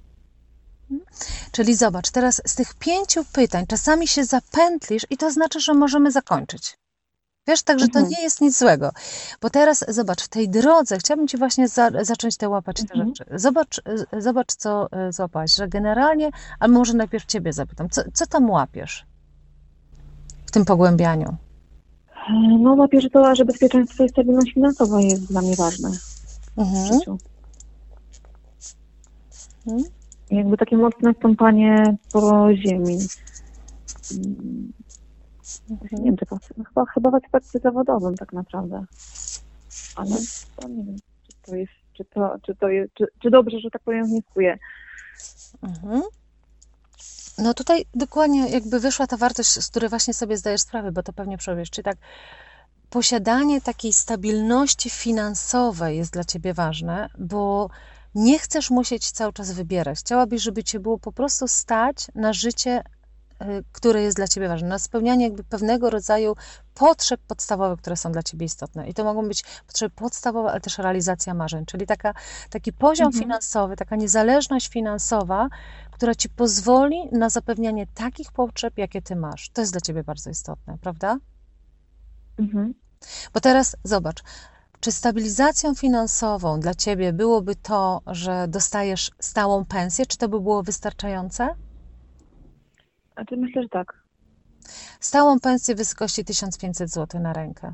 Czyli zobacz, teraz z tych pięciu pytań czasami się zapętlisz i to znaczy, że możemy zakończyć. Wiesz, także to Mhm. nie jest nic złego. Bo teraz zobacz, w tej drodze, chciałabym ci właśnie za, zacząć te łapać te Mhm. rzeczy. Zobacz, y, zobacz, co y, złapałaś, że generalnie, ale może najpierw ciebie zapytam, co, co tam łapiesz w tym pogłębianiu? No łapię, że to, że bezpieczeństwo i stabilność finansowa jest dla mnie ważne w Mhm. życiu. Mhm. I jakby takie mocne stąpanie po ziemi. Mm, Nie wiem, czy to, chyba, chyba w aspekcie zawodowym tak naprawdę. Ale to nie wiem, czy to jest, czy to, czy to jest, czy, czy dobrze, że tak powiem, wnioskuję. Mhm. No tutaj dokładnie jakby wyszła ta wartość, z której właśnie sobie zdajesz sprawę, bo to pewnie przewiesz. Czyli tak, posiadanie takiej stabilności finansowej jest dla ciebie ważne, bo nie chcesz musieć cały czas wybierać. Chciałabyś, żeby cię było po prostu stać na życie, które jest dla ciebie ważne, na spełnianie jakby pewnego rodzaju potrzeb podstawowych, które są dla ciebie istotne. I to mogą być potrzeby podstawowe, ale też realizacja marzeń, czyli taka, taki poziom Mhm. finansowy, taka niezależność finansowa, która ci pozwoli na zapewnianie takich potrzeb, jakie ty masz. To jest dla ciebie bardzo istotne, prawda? Mhm. Bo teraz zobacz, czy stabilizacją finansową dla ciebie byłoby to, że dostajesz stałą pensję, czy to by było wystarczające? Znaczy myślę, że tak. Stałą pensję w wysokości tysiąc pięćset złotych na rękę.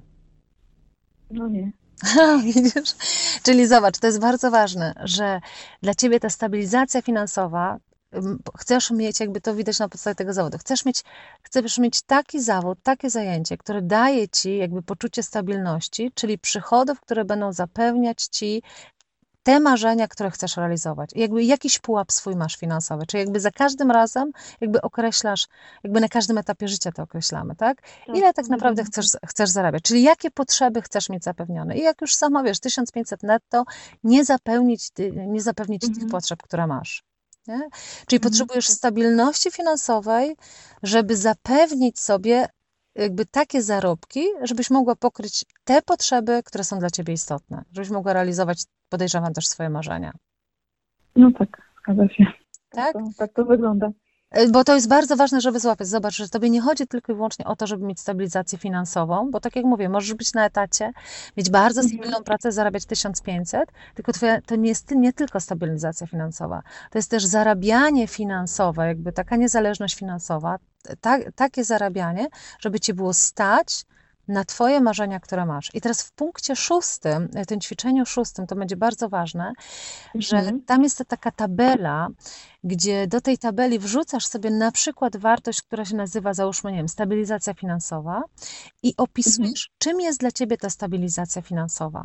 No nie. Widzisz? Czyli zobacz, to jest bardzo ważne, że dla ciebie ta stabilizacja finansowa, chcesz mieć, jakby to widać na podstawie tego zawodu, chcesz mieć, chcesz mieć taki zawód, takie zajęcie, które daje ci jakby poczucie stabilności, czyli przychodów, które będą zapewniać ci te marzenia, które chcesz realizować. I jakby jakiś pułap swój masz finansowy, czyli jakby za każdym razem jakby określasz, jakby na każdym etapie życia to określamy, tak? Tak, Ile tak no naprawdę wiadomo, chcesz, tak. chcesz zarabiać, czyli jakie potrzeby chcesz mieć zapewnione. I jak już sama wiesz, tysiąc pięćset netto nie zapełnić, nie zapewnić tych Mhm. potrzeb, które masz. Nie? Czyli Mhm. potrzebujesz Tak. stabilności finansowej, żeby zapewnić sobie jakby takie zarobki, żebyś mogła pokryć te potrzeby, które są dla ciebie istotne, żebyś mogła realizować, podejrzewam, też swoje marzenia. No tak, zgadza się. Tak? Tak to, tak to wygląda. Bo to jest bardzo ważne, żeby złapać. Zobacz, że tobie nie chodzi tylko i wyłącznie o to, żeby mieć stabilizację finansową, bo tak jak mówię, możesz być na etacie, mieć bardzo Mhm. stabilną pracę, zarabiać tysiąc pięćset, tylko twoja, to nie jest nie tylko stabilizacja finansowa, to jest też zarabianie finansowe, jakby taka niezależność finansowa, ta, takie zarabianie, żeby ci było stać na twoje marzenia, które masz. I teraz w punkcie szóstym, w tym ćwiczeniu szóstym, to będzie bardzo ważne, że Mhm. tam jest taka tabela, gdzie do tej tabeli wrzucasz sobie na przykład wartość, która się nazywa, załóżmy, nie wiem, stabilizacja finansowa i opisujesz, Mhm. czym jest dla ciebie ta stabilizacja finansowa.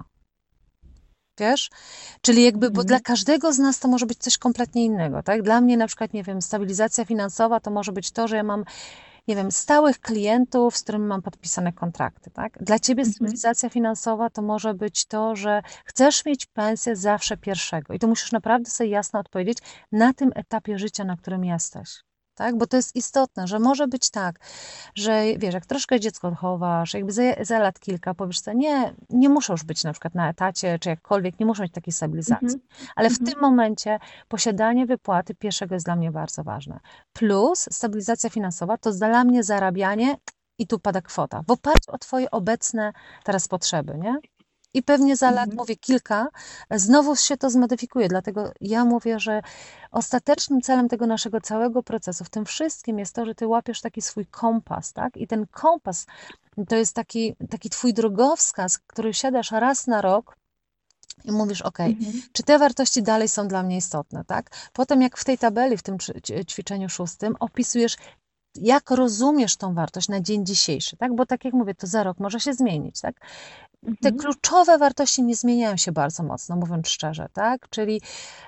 Wiesz? Czyli jakby, bo Mhm. dla każdego z nas to może być coś kompletnie innego, tak? Dla mnie na przykład, nie wiem, stabilizacja finansowa to może być to, że ja mam, nie wiem, stałych klientów, z którymi mam podpisane kontrakty, tak? Dla ciebie Mhm. stabilizacja finansowa to może być to, że chcesz mieć pensję zawsze pierwszego i to musisz naprawdę sobie jasno odpowiedzieć na tym etapie życia, na którym jesteś. Tak? Bo to jest istotne, że może być tak, że wiesz, jak troszkę dziecko chowasz, jakby za, za lat kilka powiesz sobie, nie, nie muszę już być na przykład na etacie, czy jakkolwiek, nie muszę mieć takiej stabilizacji. Mhm. Ale w Mhm. tym momencie posiadanie wypłaty pierwszego jest dla mnie bardzo ważne. Plus stabilizacja finansowa to dla mnie zarabianie i tu pada kwota, w oparciu o twoje obecne teraz potrzeby, nie? I pewnie za lat, Mhm. mówię, kilka, znowu się to zmodyfikuje. Dlatego ja mówię, że ostatecznym celem tego naszego całego procesu, w tym wszystkim jest to, że ty łapiesz taki swój kompas, tak? I ten kompas to jest taki, taki twój drogowskaz, który siadasz raz na rok i mówisz, ok, Mhm. czy te wartości dalej są dla mnie istotne, tak? Potem jak w tej tabeli, w tym ćwiczeniu szóstym opisujesz, jak rozumiesz tą wartość na dzień dzisiejszy, tak? Bo tak jak mówię, to za rok może się zmienić, tak? Te Mhm. kluczowe wartości nie zmieniają się bardzo mocno, mówiąc szczerze, tak? Czyli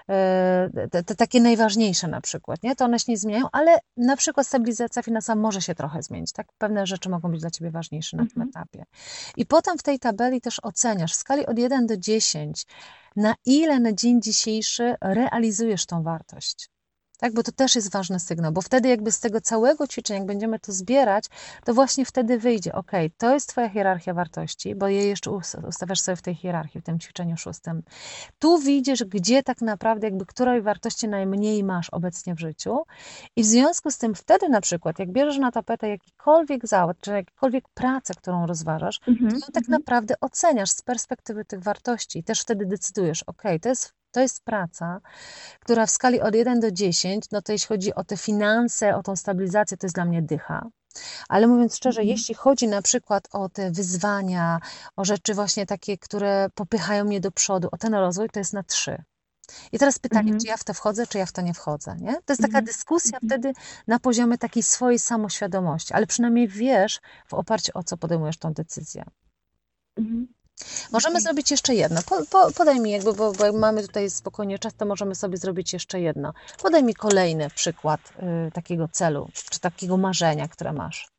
te, te takie najważniejsze na przykład, nie? To one się nie zmieniają, ale na przykład stabilizacja finansowa może się trochę zmienić, tak? Pewne rzeczy mogą być dla ciebie ważniejsze na tym Mhm. etapie. I potem w tej tabeli też oceniasz w skali od jeden do dziesięciu, na ile na dzień dzisiejszy realizujesz tą wartość. Tak, bo to też jest ważny sygnał, bo wtedy jakby z tego całego ćwiczenia, jak będziemy to zbierać, to właśnie wtedy wyjdzie, ok, to jest twoja hierarchia wartości, bo je jeszcze ustawiasz sobie w tej hierarchii, w tym ćwiczeniu szóstym. Tu widzisz, gdzie tak naprawdę jakby której wartości najmniej masz obecnie w życiu i w związku z tym wtedy na przykład, jak bierzesz na tapetę jakikolwiek zawód, czy jakąkolwiek pracę, którą rozważasz, to Mhm. ją tak Mhm. naprawdę oceniasz z perspektywy tych wartości i też wtedy decydujesz, ok, to jest To jest praca, która w skali od jeden do dziesięciu, no to jeśli chodzi o te finanse, o tą stabilizację, to jest dla mnie dycha. Ale mówiąc szczerze, Mhm. jeśli chodzi na przykład o te wyzwania, o rzeczy właśnie takie, które popychają mnie do przodu, o ten rozwój, to jest na trzy. I teraz pytanie, Mhm. czy ja w to wchodzę, czy ja w to nie wchodzę, nie? To jest taka Mhm. dyskusja Mhm. wtedy na poziomie takiej swojej samoświadomości, ale przynajmniej wiesz, w oparciu o co podejmujesz tą decyzję. Mhm. Możemy okej. zrobić jeszcze jedno. Po, po, podaj mi, jakby, bo, bo jak mamy tutaj spokojnie czas, to możemy sobie zrobić jeszcze jedno. Podaj mi kolejny przykład y, takiego celu, czy takiego marzenia, które masz.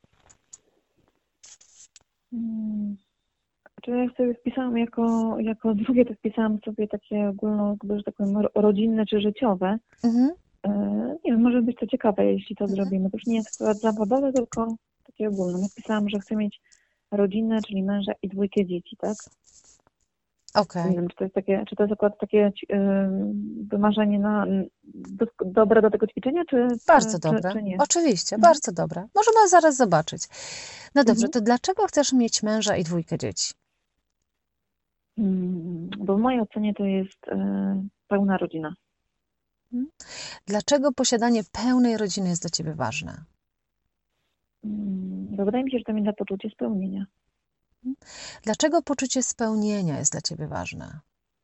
Mm, Czy ja sobie wpisałam jako, jako drugie, to wpisałam sobie takie ogólno, jakby, że tak powiem, ro- rodzinne czy życiowe. Mhm. E, Nie wiem, może być to ciekawe, jeśli to Mhm. zrobimy. To już nie jest akurat zawodowe, tylko takie ogólne. Ja wpisałam, że chcę mieć rodzinę, czyli męża i dwójkę dzieci, tak? Okej. Nie wiem, czy to jest takie, czy to jest akurat takie ci- ym, wymarzenie na, do, dobre do tego ćwiczenia, czy, Bardzo czy, czy, dobre. czy nie? Oczywiście, Mhm. bardzo dobre. Możemy zaraz zobaczyć. No dobrze, Mhm. to dlaczego chcesz mieć męża i dwójkę dzieci? Mm, Bo w mojej ocenie to jest e, pełna rodzina. Dlaczego posiadanie pełnej rodziny jest dla Ciebie ważne? Mm, Bo wydaje mi się, że to mi da poczucie spełnienia. Dlaczego poczucie spełnienia jest dla Ciebie ważne?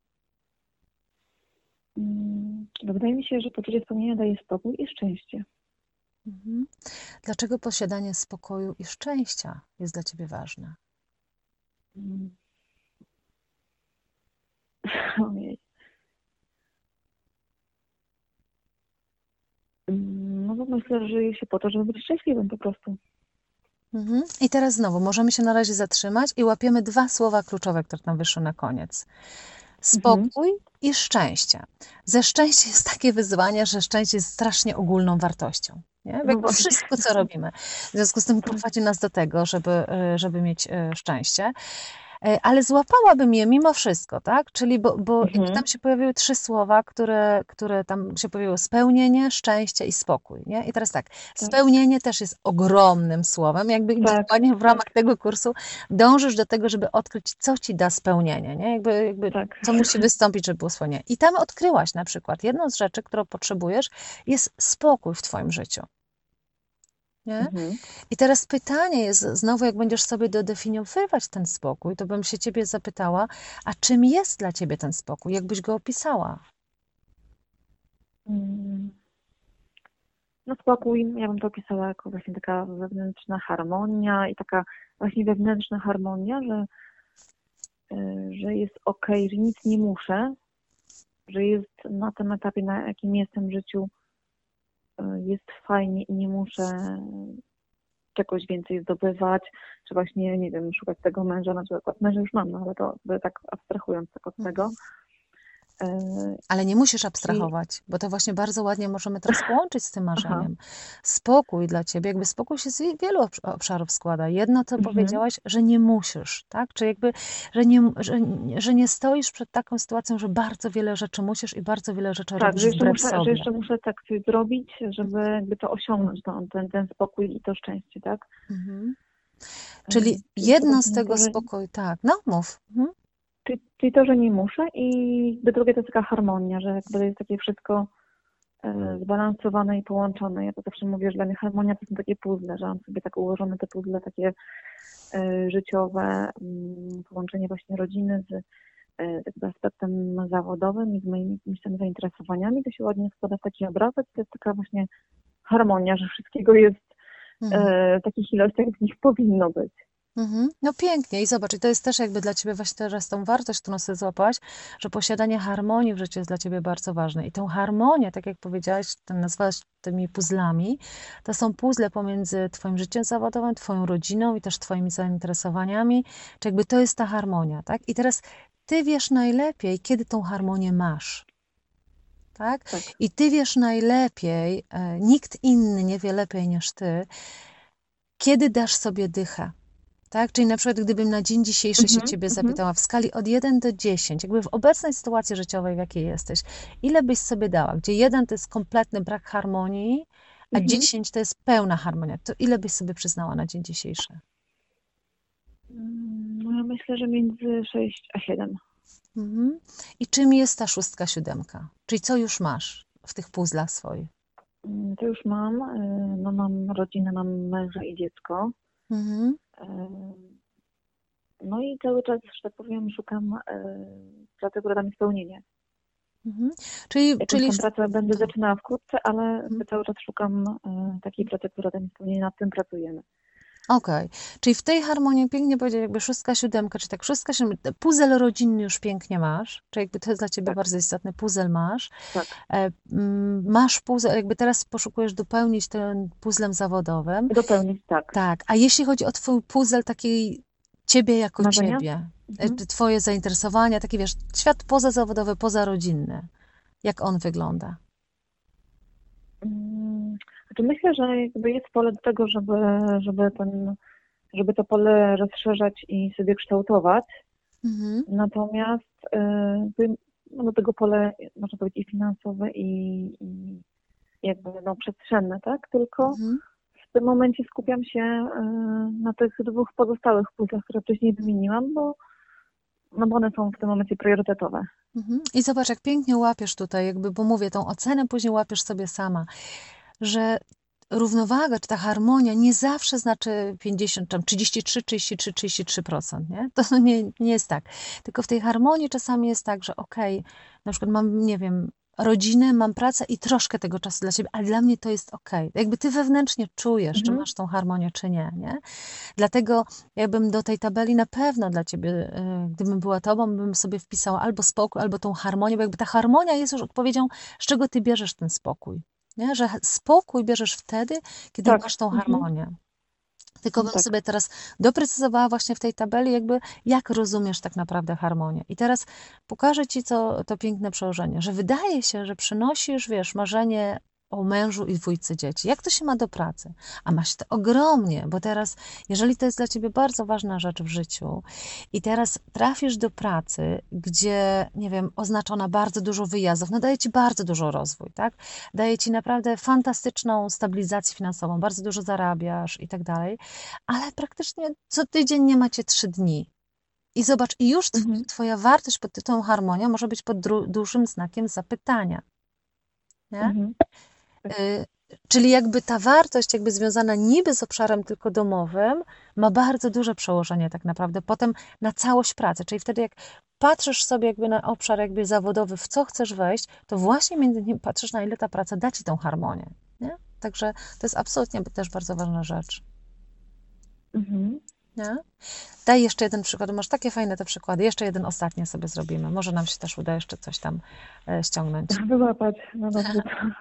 Mm, Bo wydaje mi się, że poczucie spełnienia daje spokój i szczęście. Mhm. Dlaczego posiadanie spokoju i szczęścia jest dla Ciebie ważne? Mm. Ojej. Mm, No bo myślę, że żyje się po to, żeby być szczęśliwym po prostu. Mhm. I teraz znowu możemy się na razie zatrzymać i łapiemy dwa słowa kluczowe, które nam wyszły na koniec. Mhm. Spokój i szczęście. Ze szczęściem jest takie wyzwanie, że szczęście jest strasznie ogólną wartością. Nie? No Jakby właśnie. wszystko, co robimy. W związku z tym prowadzi nas do tego, żeby, y, żeby mieć y, szczęście. Y, Ale złapałabym je mimo wszystko, tak? Czyli, bo, bo jakby Mhm. tam się pojawiły trzy słowa, które, które tam się pojawiły: spełnienie, szczęście i spokój. Nie? I teraz tak, spełnienie też jest ogromnym słowem, jakby Tak, dokładnie w ramach tak, tego kursu dążysz do tego, żeby odkryć, co ci da spełnienie, nie? Jakby, jakby tak. co musi wystąpić, żeby było spełnienie. I tam odkryłaś na przykład, jedną z rzeczy, którą potrzebujesz, jest spokój w twoim życiu. Nie? Mhm. I teraz pytanie jest, znowu jak będziesz sobie dodefiniowywać ten spokój, to bym się ciebie zapytała, a czym jest dla ciebie ten spokój? Jak byś go opisała? Mm. No spokój, ja bym to opisała jako właśnie taka wewnętrzna harmonia i taka właśnie wewnętrzna harmonia, że, y, że jest okej, że nic nie muszę, że jest na tym etapie, na jakim jestem w życiu, y, jest fajnie i nie muszę czegoś więcej zdobywać, czy właśnie, nie wiem, szukać tego męża, na przykład męża już mam, no ale to sobie tak abstrahując tak od tego. Y, Ale nie musisz Czyli, abstrahować, bo to właśnie bardzo ładnie możemy teraz połączyć z tym aha, marzeniem. Spokój dla ciebie, jakby spokój się z wielu obsz- obszarów składa. Jedno, co mhm, powiedziałaś, że nie musisz, tak? Czy jakby, że nie, że, że nie stoisz przed taką sytuacją, że bardzo wiele rzeczy musisz i bardzo wiele rzeczy tak, robisz że jeszcze wbrew muszę, że sobie. jeszcze muszę tak coś zrobić, żeby jakby to osiągnąć, to, ten, ten spokój i to szczęście, tak? Mhm. Y, Czyli Czyli to jedno z właśnie tego to, że, spokoju, tak, no mów. Mhm. czyli, czyli to, że nie muszę i jakby drugie to jest taka harmonia, że jakby jest takie wszystko e, zbalansowane i połączone. Ja to zawsze mówię, że dla mnie harmonia to są takie puzzle, że mam sobie tak ułożone te puzzle takie e, życiowe, mm, połączenie właśnie rodziny z, e, z aspektem zawodowym i z moimi jakimiś tam zainteresowaniami. To się ładnie składa w taki obrazek. To jest taka właśnie harmonia, że wszystkiego jest Mhm. e, w takich ilościach, w nich powinno być. Mhm. No pięknie i zobacz, i to jest też jakby dla ciebie właśnie teraz tą wartość, którą sobie złapałaś, że posiadanie harmonii w życiu jest dla ciebie bardzo ważne. I tą harmonię, tak jak powiedziałaś, ten nazwałaś tymi puzzlami, to są puzzle pomiędzy twoim życiem zawodowym, twoją rodziną i też twoimi zainteresowaniami, czy jakby to jest ta harmonia, tak? I teraz ty wiesz najlepiej, kiedy tą harmonię masz. Tak? Tak. I ty wiesz najlepiej, e, nikt inny nie wie lepiej niż ty, kiedy dasz sobie dychę. Tak? Czyli na przykład gdybym na dzień dzisiejszy się Mhm, ciebie mhm. zapytała w skali od jeden do dziesięciu, jakby w obecnej sytuacji życiowej, w jakiej jesteś, ile byś sobie dała? Gdzie jeden to jest kompletny brak harmonii, a Mhm. dziesięć to jest pełna harmonia. To ile byś sobie przyznała na dzień dzisiejszy? Mm, No ja myślę, że między sześć a siedem. Mhm. I czym jest ta szóstka, siódemka? Czyli co już masz w tych puzzlach swoich? Mm, To już mam. y, No mam rodzinę, mam męża i dziecko. Mhm. y, No i cały czas, że tak powiem, szukam y, pracy, która da mi spełnienie. Mhm. Czyli, Jakąś czyli tam pracę będę tak. zaczynała wkrótce, ale Mhm. cały czas szukam y, takiej pracy, która da mi spełnienie, nad tym pracujemy. Okej, czyli w tej harmonii pięknie powiedzieć, jakby szóstka, siódemka, czy tak szóstka, siódemka, puzzle rodzinny już pięknie masz, czyli jakby to jest dla ciebie Tak, bardzo istotne, puzzle masz. tak. E, mm, masz puzzle, jakby teraz poszukujesz dopełnić ten puzzlem zawodowym. Dopełnić, tak. Tak, a jeśli chodzi o twój puzzle takiej ciebie jako Marzenia? ciebie, Mhm. e, twoje zainteresowania, taki wiesz, świat pozazawodowy, pozarodzinny, jak on wygląda? Mm, Znaczy myślę, że jakby jest pole do tego, żeby, żeby, ten, żeby to pole rozszerzać i sobie kształtować. Mhm. Natomiast y, jakby, no do tego pole, można powiedzieć, i finansowe, i, i jakby no, przestrzenne, tak? Tylko Mhm. w tym momencie skupiam się y, na tych dwóch pozostałych puzzlach, które wcześniej wymieniłam, bo, no bo one są w tym momencie priorytetowe. Mhm. I zobacz, jak pięknie łapiesz tutaj, jakby, bo mówię, tą ocenę później łapiesz sobie sama, że równowaga, czy ta harmonia nie zawsze znaczy pięćdziesiąt, tam trzydzieści trzy, trzydzieści trzy, trzydzieści trzy procent, nie? To nie, nie jest tak. Tylko w tej harmonii czasami jest tak, że okej, na przykład mam, nie wiem, rodzinę, mam pracę i troszkę tego czasu dla siebie, ale dla mnie to jest okej. Jakby ty wewnętrznie czujesz, czy Mhm. masz tą harmonię, czy nie, nie? Dlatego ja bym do tej tabeli na pewno dla ciebie, y, gdybym była tobą, bym sobie wpisała albo spokój, albo tą harmonię, bo jakby ta harmonia jest już odpowiedzią, z czego ty bierzesz ten spokój. Nie? Że spokój bierzesz wtedy, kiedy Tak. masz tą Mhm. harmonię. Tylko bym Tak. sobie teraz doprecyzowała właśnie w tej tabeli, jakby jak rozumiesz tak naprawdę harmonię. I teraz pokażę ci to, to piękne przełożenie, że wydaje się, że przynosisz, wiesz, marzenie o mężu i dwójce dzieci. Jak to się ma do pracy? A ma się to ogromnie, bo teraz, jeżeli to jest dla ciebie bardzo ważna rzecz w życiu i teraz trafisz do pracy, gdzie, nie wiem, oznaczona bardzo dużo wyjazdów, no daje ci bardzo dużo rozwój, tak? Daje ci naprawdę fantastyczną stabilizację finansową, bardzo dużo zarabiasz i tak dalej, ale praktycznie co tydzień nie macie trzy dni. I zobacz, i już tw- Mhm. twoja wartość pod tytułem harmonia może być pod dru- dużym znakiem zapytania. Nie? Mhm. Y, czyli jakby ta wartość jakby związana niby z obszarem tylko domowym ma bardzo duże przełożenie tak naprawdę potem na całość pracy. Czyli wtedy jak patrzysz sobie jakby na obszar jakby zawodowy, w co chcesz wejść, to właśnie między innymi patrzysz, na ile ta praca da ci tą harmonię. Nie? Także to jest absolutnie też bardzo ważna rzecz. Mhm. Nie? Daj jeszcze jeden przykład. Masz takie fajne te przykłady. Jeszcze jeden ostatni sobie zrobimy. Może nam się też uda jeszcze coś tam e, ściągnąć. Wyłapać, no dobrze.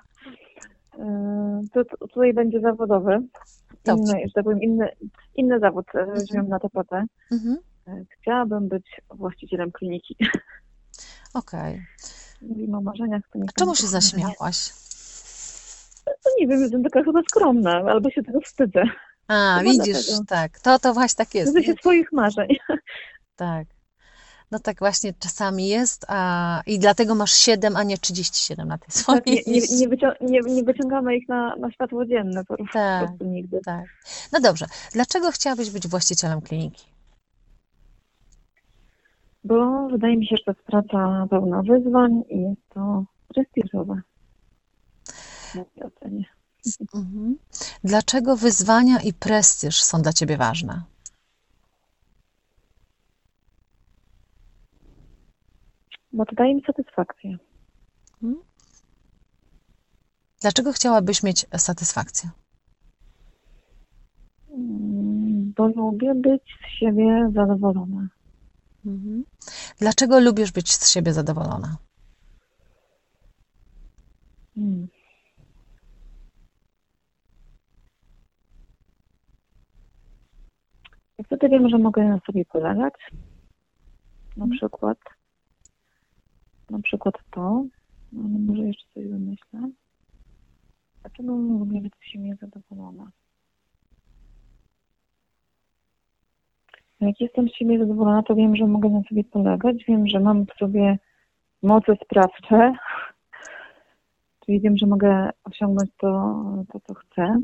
To, to tutaj będzie zawodowy, Dobrze. inny, że tak powiem, inny, inny zawód e, Mhm. weźmiemy na tapetę. Mhm. E, Chciałabym być właścicielem kliniki. Okej. Mówimy o marzeniach. To nie Czemu są się to marzenia. zaśmiałaś? No nie wiem, jestem taka chyba skromna, albo się tego wstydzę. A, Chyba widzisz, dlatego. tak. To, to właśnie tak jest. Wstydzę się swoich marzeń. Tak. No tak właśnie czasami jest, a i dlatego masz siedem, a nie trzydzieści siedem na tej swojej Tak, nie, nie, liście. nie, wycią- nie, nie wyciągamy ich na, na światło dzienne po, Tak. po prostu nigdy. Tak. No dobrze. Dlaczego chciałabyś być właścicielem kliniki? Bo wydaje mi się, że to jest praca pełna wyzwań i jest to prestiżowe. W mojej ocenie. Mhm. Dlaczego wyzwania i prestiż są dla ciebie ważne? Bo to daje mi satysfakcję. Mhm. Dlaczego chciałabyś mieć satysfakcję? Mm, Bo lubię być z siebie zadowolona. Mhm. Dlaczego lubisz być z siebie zadowolona? Mm. I wtedy wiem, że mogę na sobie polegać. Na przykład na przykład to, no, ale może jeszcze coś wymyślę. Dlaczego lubię być z siebie zadowolona? Jak jestem z siebie zadowolona, to wiem, że mogę na sobie polegać, wiem, że mam w sobie moce sprawcze, czyli wiem, że mogę osiągnąć to, to co chcę.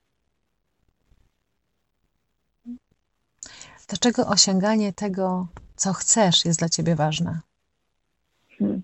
Dlaczego osiąganie tego, co chcesz, jest dla ciebie ważne? Hmm.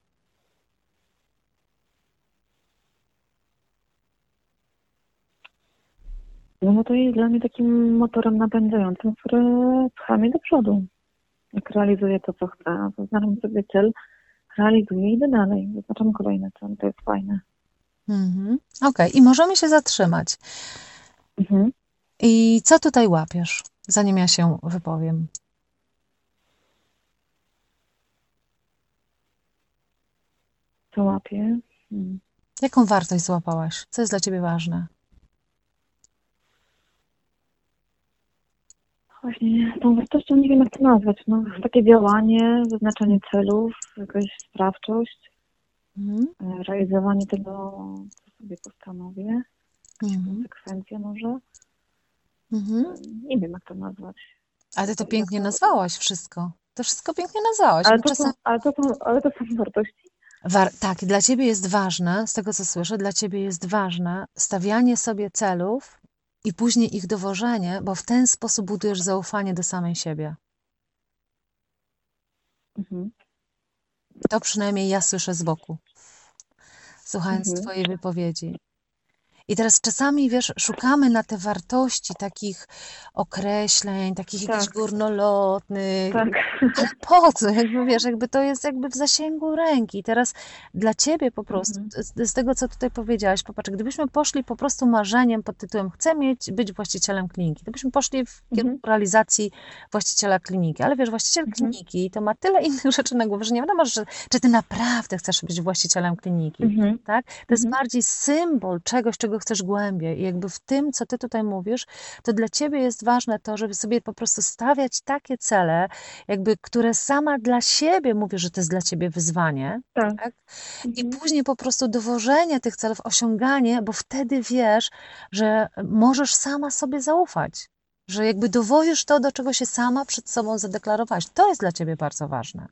No bo to jest dla mnie takim motorem napędzającym, który pcha mnie do przodu. Jak realizuję to, co chcę, zaznaczam sobie cel, realizuję i idę dalej. Zaznaczam kolejny cel, to jest fajne. Mhm. Okej, i możemy się zatrzymać. Mhm. I co tutaj łapiesz, zanim ja się wypowiem? Co łapię? Hmm. Jaką wartość złapałaś? Co jest dla ciebie ważne? Właśnie tą wartością nie wiem, jak to nazwać. No, takie działanie, wyznaczanie celów, jakaś sprawczość, Mhm. realizowanie tego, co sobie postanowię, jakaś Mhm. konsekwencja może. Mhm. Nie wiem, jak to nazwać. Ale ty to pięknie nazwałaś wszystko. To wszystko pięknie nazwałaś. Ale Bo to, czasem... są, ale, to są, ale to są wartości. War... Tak, dla ciebie jest ważne, z tego co słyszę, dla ciebie jest ważne stawianie sobie celów i później ich dowożenie, bo w ten sposób budujesz zaufanie do samej siebie. Mhm. To przynajmniej ja słyszę z boku, słuchając Mhm. twojej wypowiedzi. I teraz czasami, wiesz, szukamy na te wartości takich określeń, takich jakichś Tak. górnolotnych, Tak. ale po co? Jakby, wiesz, jakby to jest jakby w zasięgu ręki. Teraz dla ciebie po prostu, Mhm. z, z tego, co tutaj powiedziałaś, popatrz, gdybyśmy poszli po prostu marzeniem pod tytułem chcę mieć, być właścicielem kliniki, to byśmy poszli w kierunku Mhm. realizacji właściciela kliniki, ale wiesz, właściciel Mhm. kliniki to ma tyle innych rzeczy na głowie, że nie wiadomo, że, czy ty naprawdę chcesz być właścicielem kliniki, Mhm. tak? To jest Mhm. bardziej symbol czegoś, czego chcesz głębiej i jakby w tym, co ty tutaj mówisz, to dla ciebie jest ważne to, żeby sobie po prostu stawiać takie cele, jakby, które sama dla siebie mówisz, że to jest dla ciebie wyzwanie, Tak. tak? I Mhm. później po prostu dowożenie tych celów, osiąganie, bo wtedy wiesz, że możesz sama sobie zaufać, że jakby dowozisz to, do czego się sama przed sobą zadeklarowałaś. To jest dla ciebie bardzo ważne.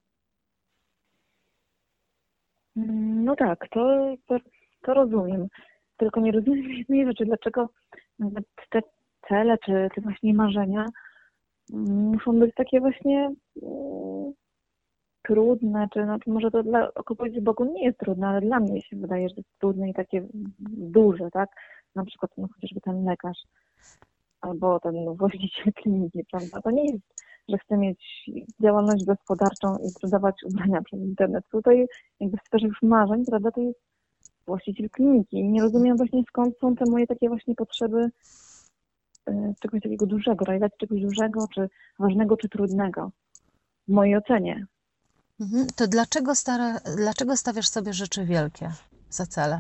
No tak, to, to, to rozumiem. Tylko nie rozumiem jednej rzeczy, dlaczego nawet te cele, czy, czy właśnie marzenia muszą być takie właśnie mm, trudne, czy no, może to dla kogoś z boku nie jest trudne, ale dla mnie się wydaje, że to jest trudne i takie duże, tak? Na przykład no, chociażby ten lekarz albo ten właściciel kliniki, prawda? To nie jest, że chcę mieć działalność gospodarczą i sprzedawać ubrania przez internet. Tutaj jakby w sferze już marzeń, prawda, to jest właściciel kliniki. I nie rozumiem właśnie skąd są te moje takie właśnie potrzeby y, czegoś takiego dużego, realizacji czegoś dużego, czy ważnego, czy trudnego. W mojej ocenie. Mhm. To dlaczego, stara, dlaczego stawiasz sobie rzeczy wielkie za cele?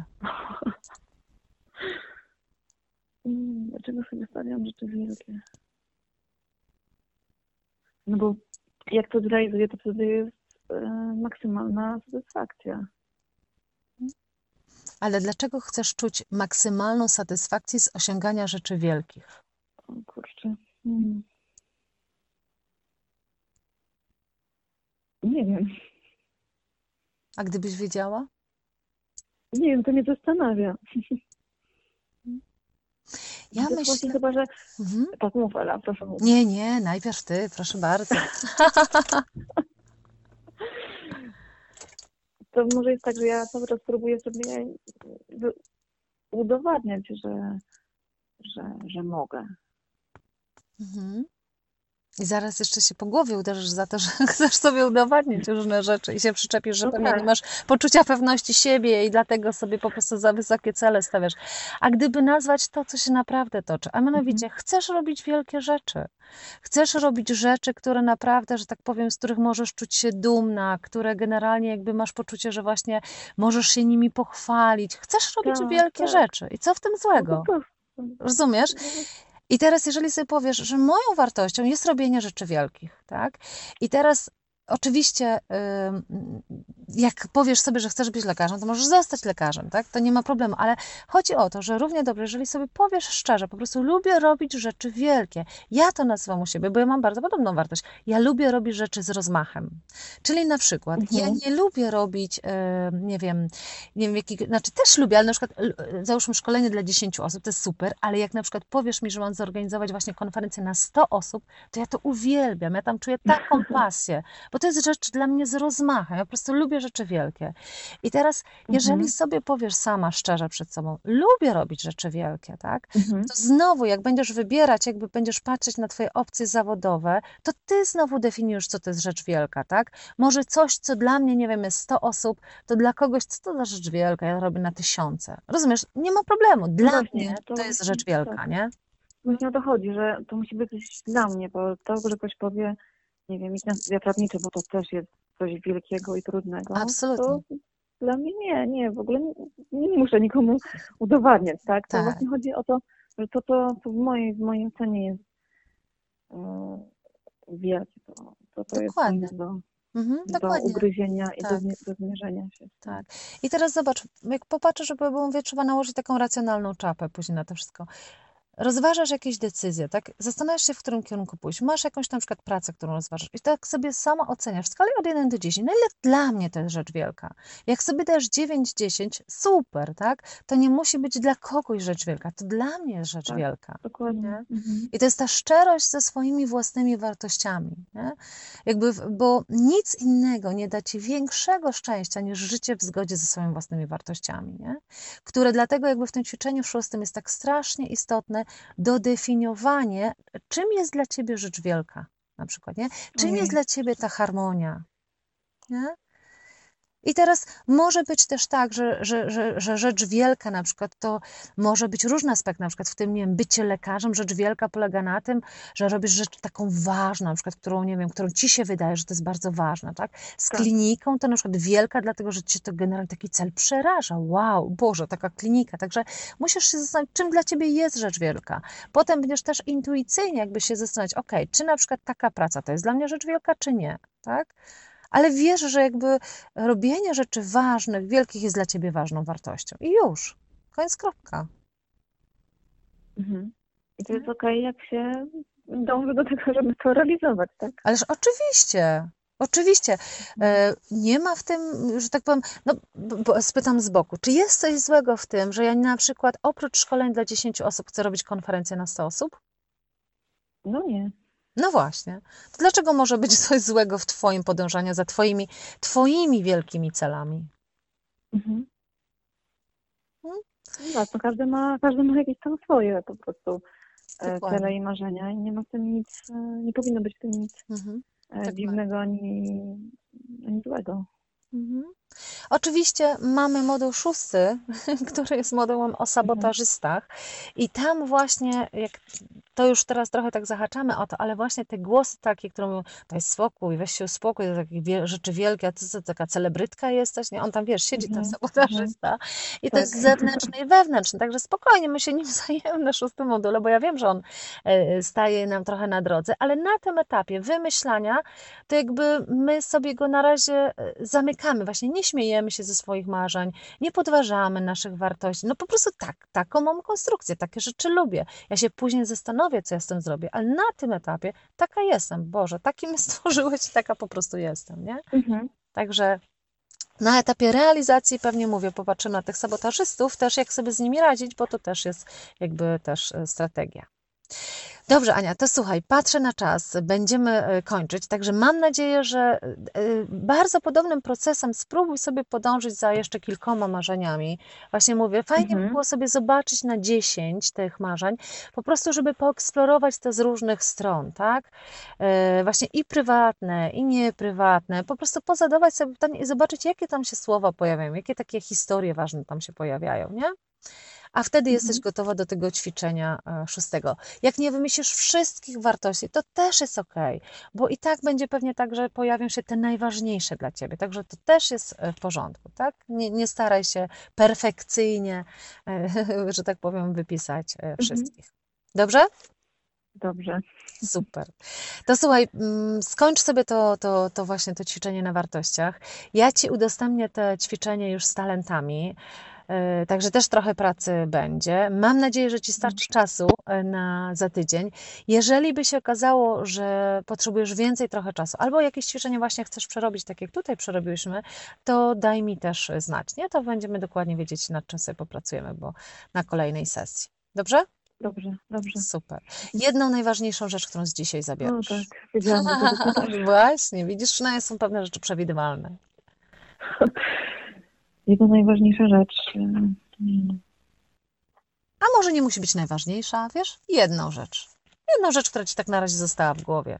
Mm, Dlaczego sobie stawiam rzeczy wielkie? No bo jak to zrealizuję, to wtedy jest y, maksymalna satysfakcja. Ale dlaczego chcesz czuć maksymalną satysfakcję z osiągania rzeczy wielkich? O kurczę. Hmm. Nie wiem. A gdybyś wiedziała? Nie wiem, to mnie zastanawia. Ja to jest myślę... właśnie chyba, że... Mhm. Tak, mów Ela, proszę mów. Nie, nie, najpierw ty, proszę bardzo. To może jest tak, że ja cały czas próbuję sobie udowadniać, że, że, że mogę. Mhm. I zaraz jeszcze się po głowie uderzysz za to, że chcesz sobie udowadniać różne rzeczy i się przyczepisz, że No pewnie tak. nie masz poczucia pewności siebie i dlatego sobie po prostu za wysokie cele stawiasz. A gdyby nazwać to, co się naprawdę toczy, a mianowicie Mhm. chcesz robić wielkie rzeczy. Chcesz robić rzeczy, które naprawdę, że tak powiem, z których możesz czuć się dumna, które generalnie jakby masz poczucie, że właśnie możesz się nimi pochwalić. Chcesz robić Tak, wielkie tak. rzeczy. I co w tym No złego? po prostu. Rozumiesz? I teraz, jeżeli sobie powiesz, że moją wartością jest robienie rzeczy wielkich, tak? I teraz oczywiście, jak powiesz sobie, że chcesz być lekarzem, to możesz zostać lekarzem, tak? To nie ma problemu, ale chodzi o to, że równie dobrze, jeżeli sobie powiesz szczerze, po prostu lubię robić rzeczy wielkie. Ja to nazywam u siebie, bo ja mam bardzo podobną wartość. Ja lubię robić rzeczy z rozmachem. Czyli na przykład, Mhm. ja nie lubię robić, nie wiem, nie wiem, jaki, znaczy też lubię, ale na przykład załóżmy szkolenie dla dziesięciu osób, to jest super, ale jak na przykład powiesz mi, że mam zorganizować właśnie konferencję na sto osób, to ja to uwielbiam, ja tam czuję taką pasję, bo to jest rzecz dla mnie z rozmachem, ja po prostu lubię rzeczy wielkie. I teraz, jeżeli Mhm. sobie powiesz sama szczerze przed sobą, lubię robić rzeczy wielkie, tak, Mhm. to znowu, jak będziesz wybierać, jakby będziesz patrzeć na twoje opcje zawodowe, to ty znowu definiujesz, co to jest rzecz wielka, tak? Może coś, co dla mnie, nie wiem, jest sto osób, to dla kogoś, co to za rzecz wielka, ja robię na tysiące. Rozumiesz? Nie ma problemu. Dla Właśnie, mnie to to jest właśnie, rzecz wielka, tak. nie? właśnie o to chodzi, że to musi być coś dla mnie, bo to, że ktoś powie, nie wiem, idź na studia prawnicze, bo to też jest coś wielkiego i trudnego, Absolutnie. to dla mnie nie, nie, w ogóle nie, nie muszę nikomu udowadniać, tak? To Tak. właśnie chodzi o to, że to, to, to w mojej, w mojej ocenie jest e, wielkie, to, to, to jest Dokładnie. coś do, Mhm, do dokładnie. ugryzienia i do, Tak. zmi- do zmierzenia się. z tym. Tak. I teraz zobacz, jak popatrzysz, żeby bo mówię, trzeba nałożyć taką racjonalną czapę później na to wszystko. Rozważasz jakieś decyzje, tak? Zastanawiasz się, w którym kierunku pójść. Masz jakąś na przykład pracę, którą rozważasz i tak sobie sama oceniasz w skali od jeden do dziesięciu. Na ile dla mnie to jest rzecz wielka? Jak sobie dasz dziewięć, dziesięć, super, tak? To nie musi być dla kogoś rzecz wielka. To dla mnie jest rzecz Tak, wielka. dokładnie. Nie? Mhm. I to jest ta szczerość ze swoimi własnymi wartościami. Nie? Jakby, w- bo nic innego nie da ci większego szczęścia niż życie w zgodzie ze swoimi własnymi wartościami. Nie? Które dlatego jakby w tym ćwiczeniu szóstym jest tak strasznie istotne, dodefiniowanie, czym jest dla ciebie rzecz wielka, na przykład, nie? Czym Ojej. jest dla ciebie ta harmonia, nie? I teraz może być też tak, że, że, że, że rzecz wielka na przykład to może być różny aspekt, na przykład w tym, nie wiem, bycie lekarzem, rzecz wielka polega na tym, że robisz rzecz taką ważną, na przykład, którą, nie wiem, którą ci się wydaje, że to jest bardzo ważna, tak? Z Tak. kliniką to na przykład wielka, dlatego, że ci to generalnie taki cel przeraża. Wow, Boże, taka klinika. Także musisz się zastanowić, czym dla ciebie jest rzecz wielka. Potem będziesz też intuicyjnie jakby się zastanawiać, ok, czy na przykład taka praca to jest dla mnie rzecz wielka, czy nie, tak? Ale wiesz, że jakby robienie rzeczy ważnych, wielkich jest dla ciebie ważną wartością. I już. Koniec, kropka. Mhm. I to jest okej, jak się dąży do tego, żeby to realizować, tak? Ależ oczywiście, oczywiście. E, nie ma w tym, że tak powiem, no b- b- spytam z boku, czy jest coś złego w tym, że ja na przykład oprócz szkoleń dla dziesięciu osób chcę robić konferencję na sto osób? No nie. No właśnie. To dlaczego może być coś złego w twoim podążaniu za twoimi, twoimi wielkimi celami? Mhm. Hmm? No tak, no każdy ma, każdy ma jakieś tam swoje po prostu e, Dokładnie. cele i marzenia i nie ma w tym nic, e, nie powinno być w tym nic Mhm. e, Dokładnie. dziwnego ani, ani złego. Mhm. Oczywiście mamy moduł szósty, który jest modułem o sabotażystach i tam właśnie, jak to już teraz trochę tak zahaczamy o to, ale właśnie te głosy takie, które mówią, to jest spokój, weź się uspokój, to takie wie- rzeczy wielkie, a ty co, taka celebrytka jesteś, nie? On tam, wiesz, siedzi ten Mhm, sabotażysta i to tak. jest zewnętrzny i wewnętrzny, także spokojnie, my się nim zajmiemy na szóstym module, bo ja wiem, że on e, staje nam trochę na drodze, ale na tym etapie wymyślania, to jakby my sobie go na razie e, zamykamy, właśnie nie śmiejemy się ze swoich marzeń, nie podważamy naszych wartości, no po prostu tak, taką mam konstrukcję, takie rzeczy lubię. Ja się później zastanowię, co ja z tym zrobię, ale na tym etapie taka jestem, Boże, taki mnie stworzyłeś i taka po prostu jestem, nie? Mhm. Także na etapie realizacji pewnie mówię, popatrzymy na tych sabotażystów, też jak sobie z nimi radzić, bo to też jest jakby też e, strategia. Dobrze, Ania, to słuchaj, patrzę na czas, będziemy e, kończyć, także mam nadzieję, że e, bardzo podobnym procesem spróbuj sobie podążyć za jeszcze kilkoma marzeniami. Właśnie mówię, fajnie by Mhm. było sobie zobaczyć na dziesięć tych marzeń, po prostu, żeby poeksplorować to z różnych stron, tak? E, Właśnie i prywatne, i nieprywatne, po prostu pozadawać sobie pytanie i zobaczyć, jakie tam się słowa pojawiają, jakie takie historie ważne tam się pojawiają, nie? A wtedy jesteś Mhm. gotowa do tego ćwiczenia e, szóstego. Jak nie wymyślisz wszystkich wartości, to też jest okej, bo i tak będzie pewnie tak, że pojawią się te najważniejsze dla ciebie, także to też jest e, w porządku, tak? Nie, nie staraj się perfekcyjnie, e, że tak powiem, wypisać e, wszystkich. Dobrze? Dobrze. Super. To słuchaj, mm, skończ sobie to, to, to właśnie to ćwiczenie na wartościach. Ja ci udostępnię te ćwiczenie już z talentami. e, Także też trochę pracy będzie. Mam nadzieję, że Ci starczy czasu e, na za tydzień. Jeżeli by się okazało, że potrzebujesz więcej trochę czasu, albo jakieś ćwiczenie właśnie chcesz przerobić, tak jak tutaj przerobiliśmy, to daj mi też znać, nie? To będziemy dokładnie wiedzieć, nad czym sobie popracujemy, bo na kolejnej sesji. Dobrze? Dobrze, dobrze. Super. Jedną najważniejszą rzecz, którą z dzisiaj No zabierasz. tak, wiedziałam, że to zapytasz. Właśnie, widzisz, przynajmniej są pewne rzeczy przewidywalne. Jedna najważniejsza rzecz. e, mm, A może nie musi być najważniejsza, wiesz? Jedną rzecz. Jedną rzecz, która ci tak na razie została w głowie.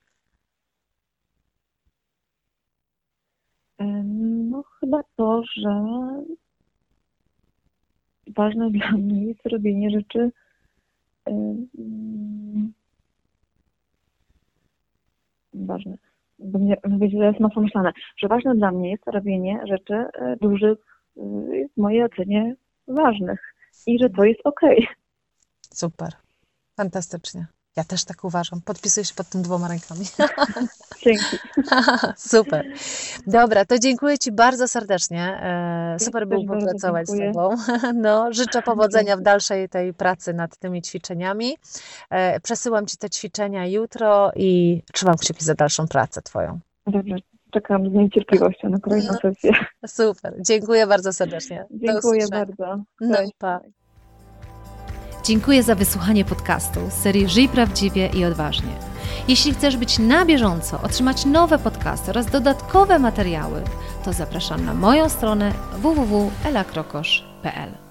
e, No chyba to, że ważne dla mnie jest robienie rzeczy ważne, bo mnie, wiecie, to jest mocno myślane, że ważne dla mnie jest robienie rzeczy dużych, w mojej ocenie ważnych i że to jest okej. Okay. Super, fantastycznie. Ja też tak uważam. Podpisuję się pod tym dwoma rękami. Dzięki. Super. Dobra, to dziękuję Ci bardzo serdecznie. Super ja było popracować z Tobą. No, życzę powodzenia w dalszej tej pracy nad tymi ćwiczeniami. Przesyłam Ci te ćwiczenia jutro i trzymam kciuki za dalszą pracę Twoją. Dobrze, czekam z niecierpliwością na kolejną sesję. Super, dziękuję bardzo serdecznie. Dziękuję bardzo. No, pa. Dziękuję za wysłuchanie podcastu z serii Żyj Prawdziwie i Odważnie. Jeśli chcesz być na bieżąco, otrzymać nowe podcasty oraz dodatkowe materiały, to zapraszam na moją stronę w w w kropka ela krokosz kropka p l.